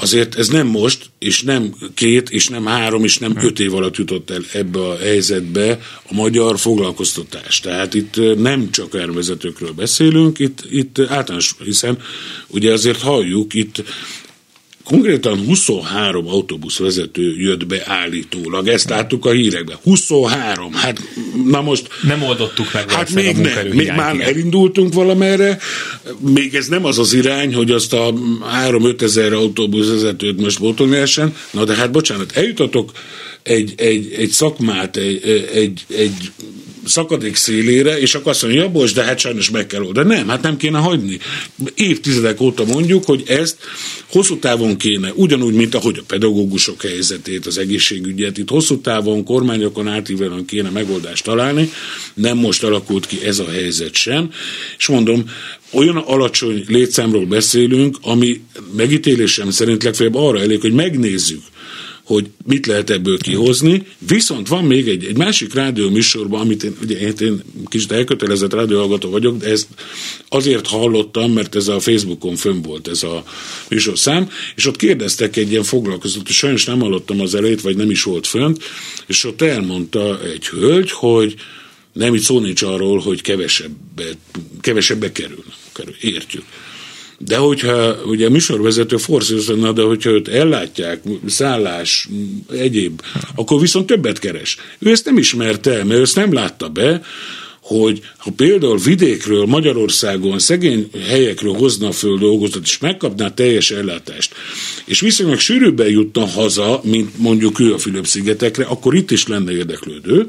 azért ez nem most, és nem két, és nem három, és nem öt év alatt jutott el ebbe a helyzetbe a magyar foglalkoztatás. Tehát itt nem csak járművezetőkről beszélünk, itt, itt általános, hiszen ugye azért halljuk, itt konkrétan huszonhárom autóbuszvezető jött be állítólag, ezt láttuk a hírekben. huszonhárom, hát na most... Nem oldottuk meg. Hát még nem, még már igen. Elindultunk valamerre, még ez nem az az irány, hogy azt a három-öt ezer autóbuszvezetőt most pótolni lehessen, na de hát bocsánat, eljutatok egy, egy, egy szakmát, egy, egy, egy szakadék szélére, és akkor azt mondja, ja, bocs, de hát sajnos meg kell oldani. De nem, hát nem kéne hagyni. Évtizedek óta mondjuk, hogy ezt hosszú távon kéne, ugyanúgy, mint ahogy a pedagógusok helyzetét, az egészségügyet, itt hosszú távon, kormányokon átívelően kéne megoldást találni, nem most alakult ki ez a helyzet sem, és mondom, olyan alacsony létszámról beszélünk, ami megítélésem szerint legfeljebb arra elég, hogy megnézzük, hogy mit lehet ebből kihozni, viszont van még egy, egy másik rádió műsorban, amit én, ugye én kicsit elkötelezett rádióhallgató vagyok, de ezt azért hallottam, mert ez a Facebookon fönn volt ez a műsorszám, és ott kérdeztek egy ilyen foglalkoztató, sajnos nem hallottam az elejét, vagy nem is volt fönt, és ott elmondta egy hölgy, hogy nem itt szó nincs arról, hogy kevesebbe, kevesebbe kerül. Értjük. De hogyha ugye a műsorvezető forszírozna, de hogyha őt ellátják, szállás, egyéb, akkor viszont többet keres. Ő ezt nem ismerte el, mert ő ezt nem látta be, hogy ha például vidékről, Magyarországon, szegény helyekről hozna föl dolgozat, és megkapná teljes ellátást, és viszonylag sűrűbben jutna haza, mint mondjuk ő a Fülöp-szigetekre, akkor itt is lenne érdeklődő.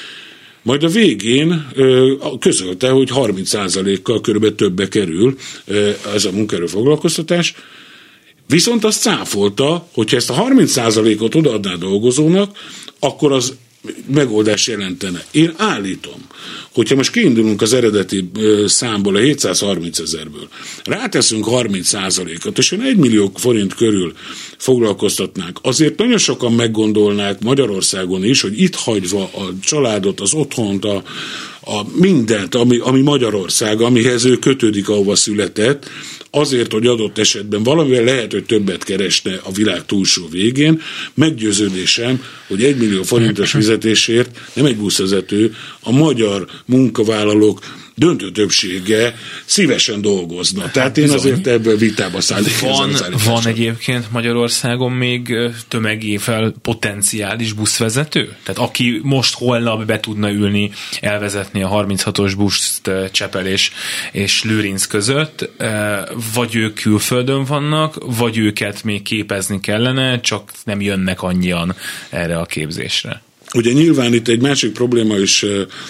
Majd a végén ö, közölte, hogy harminc százalékkal körülbelül többe kerül ö, ez a munkaerőfoglalkoztatás, viszont azt cáfolta, hogyha ezt a harminc százalékot odaadná dolgozónak, akkor az megoldás jelentene. Én állítom, hogyha most kiindulunk az eredeti számból, a hétszázharminc ezerből, ráteszünk harminc százalékot, és egy millió forint körül foglalkoztatnánk, azért nagyon sokan meggondolnák Magyarországon is, hogy itt hagyva a családot, az otthont, a, a mindent, ami, ami Magyarország, amihez ő kötődik, ahova született, azért, hogy adott esetben valamivel lehet, hogy többet keresne a világ túlsó végén. Meggyőződésem, hogy egy millió forintos fizetésért nem egy buszvezető, a magyar munkavállalók döntő többsége szívesen dolgozna. Hát Tehát én bizony. Azért ebből vitába szállnék. Van, van egyébként Magyarországon még tömegével potenciális buszvezető? Tehát aki most holnap be tudna ülni, elvezetni a harminchatos buszt Csepel és, és Lőrinc között, vagy ők külföldön vannak, vagy őket még képezni kellene, csak nem jönnek annyian erre a képzésre. Ugye nyilván itt egy másik probléma is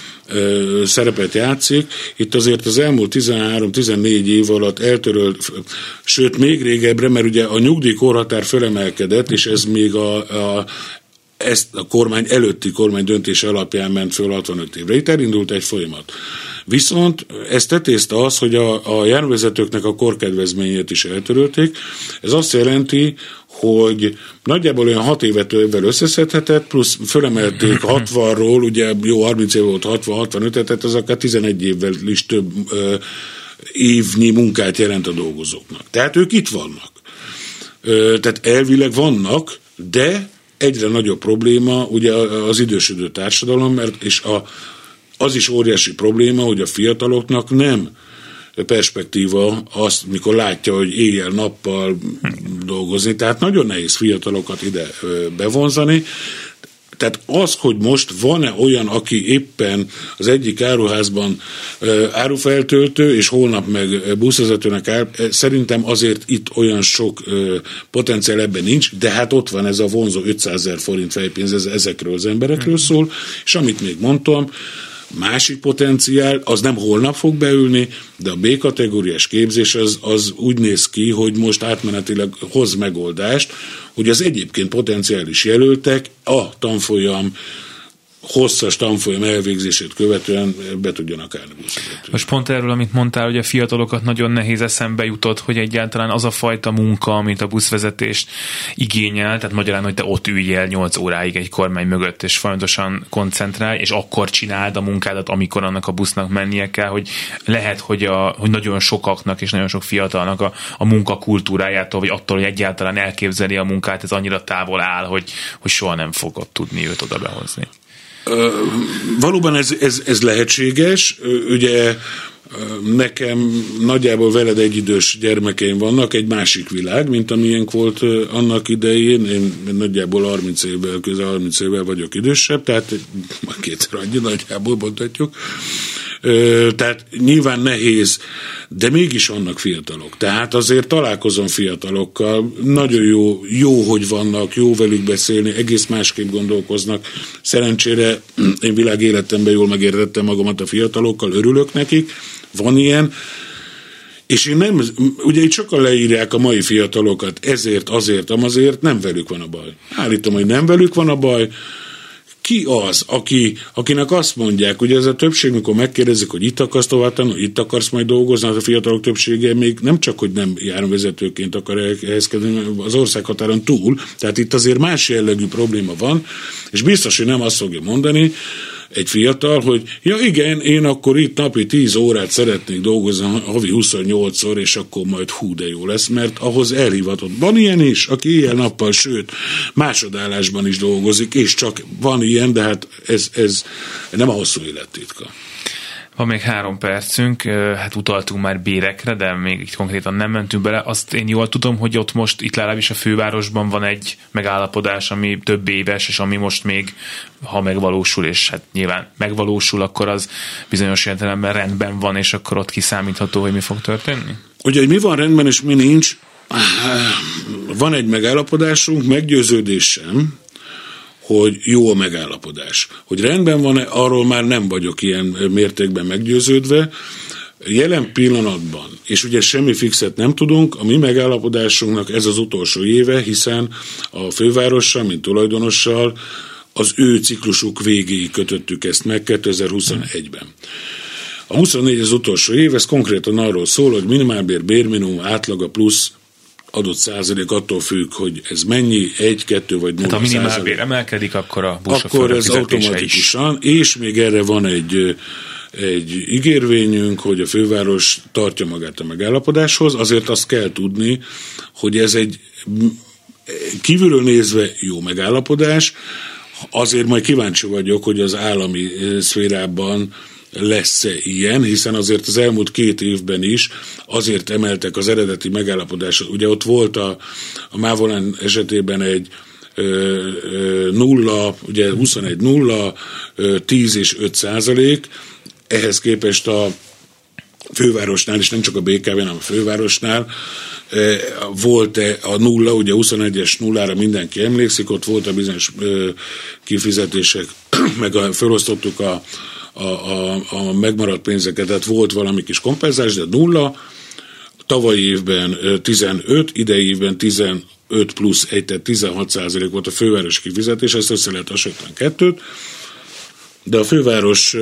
Ö, szerepet játszik. Itt azért az elmúlt tizenhárom-tizennégy év alatt eltörölt, sőt még régebbre, mert ugye a nyugdíjkorhatár fölemelkedett, és ez még a, a ezt a kormány előtti kormány döntése alapján ment föl hatvanöt évre. Itt elindult egy folyamat. Viszont ezt tetézte az, hogy a, a járművezetőknek a korkedvezményét is eltörölték. Ez azt jelenti, hogy nagyjából olyan hat évet évvel összeszedhetett, plusz fölemelték hatvanról, ugye jó harminc év volt hatvan-hatvanöt, tehát az akár tizenegy évvel is több ö, évnyi munkát jelent a dolgozóknak. Tehát ők itt vannak. Ö, tehát elvileg vannak, de egyre nagyobb probléma ugye az idősödő társadalom, mert és a, az is óriási probléma, hogy a fiataloknak nem perspektíva azt, mikor látja, hogy éjjel-nappal dolgozni, tehát nagyon nehéz fiatalokat ide bevonzani. Tehát az, hogy most van-e olyan, aki éppen az egyik áruházban árufeltöltő, és holnap meg buszvezetőnek áll, szerintem azért itt olyan sok potenciál ebben nincs, de hát ott van ez a vonzó ötszázezer forint fejpénz, ez ezekről az emberekről szól, és amit még mondtam, másik potenciál, az nem holnap fog beülni, de a B-kategóriás képzés az, az úgy néz ki, hogy most átmenetileg hoz megoldást, hogy az egyébként potenciális jelöltek a tanfolyam hosszas tanfolyam elvégzését követően be tudjanak állni buszvezetőnek. Most pont erről, amit mondtál, hogy a fiatalokat nagyon nehéz eszembe jutott, hogy egyáltalán az a fajta munka, amit a buszvezetést igényel, tehát magyarán, hogy te ott üljél nyolc óráig egy kormány mögött, és folyamatosan koncentrálj, és akkor csináld a munkádat, amikor annak a busznak mennie kell, hogy lehet, hogy, a, hogy nagyon sokaknak és nagyon sok fiatalnak a, a munkakultúrájától, vagy attól, hogy egyáltalán elképzeli a munkát, ez annyira távol áll, hogy, hogy soha nem fogod tudni őt oda behozni. Valóban ez, ez, ez lehetséges, ugye nekem nagyjából veled egyidős gyermekeim vannak, egy másik világ, mint amilyen volt annak idején, én nagyjából harminc évvel, közel harminc évvel vagyok idősebb, tehát kétszer annyi nagyjából mondhatjuk. Tehát nyilván nehéz, de mégis vannak fiatalok. Tehát azért találkozom fiatalokkal, nagyon jó, jó, hogy vannak, jó velük beszélni, egész másképp gondolkoznak. Szerencsére én világ életemben jól megértettem magamat a fiatalokkal, örülök nekik, van ilyen, és én nem, ugye itt sokan leírják a mai fiatalokat, ezért, azért, amazért, nem velük van a baj. Állítom, hogy nem velük van a baj. Ki az, aki, akinek azt mondják, ugye ez a többség, mikor megkérdezik, hogy itt akarsz tovább tanulni, itt akarsz majd dolgozni, a fiatalok többsége még nem csak, hogy nem járművezetőként akar elhelyezkedni az országhatáron túl, tehát itt azért más jellegű probléma van, és biztos, hogy nem azt fogja mondani egy fiatal, hogy ja igen, én akkor itt napi tíz órát szeretnék dolgozni, havi huszonnyolcszor, és akkor majd hú, de jó lesz, mert ahhoz elhivatott. Van ilyen is, aki éjjel-nappal, sőt, másodállásban is dolgozik, és csak van ilyen, de hát ez, ez nem a hosszú élettitka. Van még három percünk, hát utaltunk már bérekre, de még itt konkrétan nem mentünk bele. Azt én jól tudom, hogy ott most, itt legalábbis a fővárosban van egy megállapodás, ami több éves, és ami most még, ha megvalósul, és hát nyilván megvalósul, akkor az bizonyos értelemben rendben van, és akkor ott kiszámítható, hogy mi fog történni? Ugye, hogy mi van rendben, és mi nincs, van egy megállapodásunk, meggyőződésem, hogy jó a megállapodás. Hogy rendben van-e, arról már nem vagyok ilyen mértékben meggyőződve. Jelen pillanatban, és ugye semmi fixet nem tudunk, a mi megállapodásunknak ez az utolsó éve, hiszen a fővárossal, mint tulajdonossal az ő ciklusuk végéig kötöttük ezt meg kétezer-huszonegyben. A huszonnégy az utolsó év, ez konkrétan arról szól, hogy minimálbér, bérminimum átlaga plusz adott százalék, attól függ, hogy ez mennyi, egy, kettő vagy nulla százalék. Tehát a minimálbér emelkedik, akkor a buszsofőrök akkor ez automatikusan, is. És még erre van egy, egy ígérvényünk, hogy a főváros tartja magát a megállapodáshoz, azért azt kell tudni, hogy ez egy kívülről nézve jó megállapodás, azért majd kíváncsi vagyok, hogy az állami szférában lesz-e ilyen, hiszen azért az elmúlt két évben is azért emeltek az eredeti megállapodásot. Ugye ott volt a, a Mávolán esetében egy ö, ö, nulla, ugye huszonegy nulla, ö, tíz és öt százalék, ehhez képest a fővárosnál, és nem csak a bé ká vé, hanem a fővárosnál ö, volt a nulla, ugye huszonegyes nullára mindenki emlékszik, ott volt a bizonyos ö, kifizetések, meg a, felosztottuk a A, a, a megmaradt pénzeket, tehát volt valami kis kompenzás, de nulla, tavalyi évben tizenöt, idei évben tizenöt plusz egy, tehát tizenhat százalék volt a főváros kifizetés, ezt össze lehet hasonlítani kettőt, de a főváros,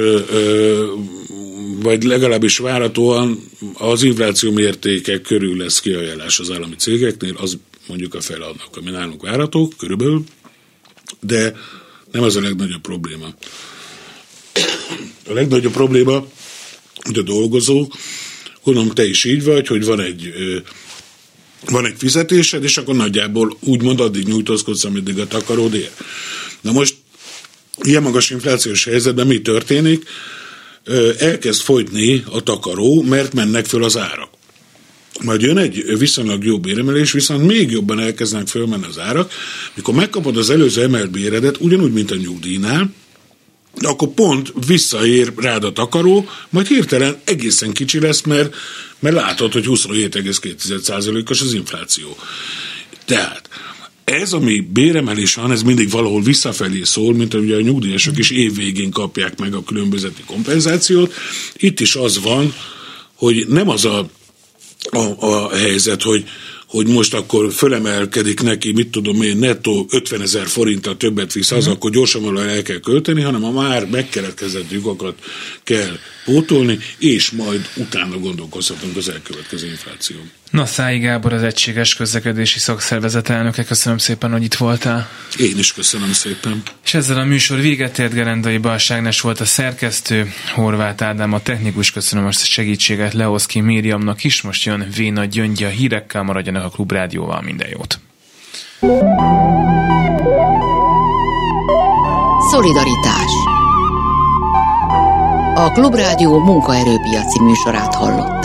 vagy legalábbis várhatóan az infláció mértéke körül lesz kiajánlás az állami cégeknél, az mondjuk a fele annak, ami nálunk várható, körülbelül, de nem az a legnagyobb probléma. A legnagyobb probléma, hogy a dolgozó, gondolom te is így vagy, hogy van egy, van egy fizetésed, és akkor nagyjából úgymond addig nyújtózkodsz, ameddig a takaród ér. Na most ilyen magas inflációs helyzetben mi történik? Elkezd fogyni a takaró, mert mennek föl az árak. Majd jön egy viszonylag jó béremelés, viszont még jobban elkezdenek fölmenni az árak, mikor megkapod az előző emelt béredet, ugyanúgy, mint a nyugdíjnál, akkor pont visszaér rád a takaró, majd hirtelen egészen kicsi lesz, mert, mert látod, hogy huszonhét egész két százalékos az infláció. Tehát ez, ami béremelés van, ez mindig valahol visszafelé szól, mint ugye a nyugdíjasok is évvégén kapják meg a különbözeti kompenzációt. Itt is az van, hogy nem az a, a, a helyzet, hogy hogy most akkor fölemelkedik neki, mit tudom én, nettó ötvenezer forinttal többet visz az, mm. akkor gyorsan valahogy el kell költeni, hanem a már megkeletkezett lyukakat kell pótolni, és majd utána gondolkozhatunk az elkövetkező infláción. Na, Szályi Gábor, az Egységes Közlekedési Szakszervezet elnöke, köszönöm szépen, hogy itt voltál. Én is köszönöm szépen. És ezzel a műsor véget ért. Gerendai Balságnes volt a szerkesztő, Horváth Ádám a technikus, köszönöm a segítséget Leoszki Mériamnak is, most jön Véna Gyöngyi a hírekkel, maradjanak a Klubrádióval, minden jót. Szolidaritás. A Klubrádió munkaerőpiaci műsorát hallott.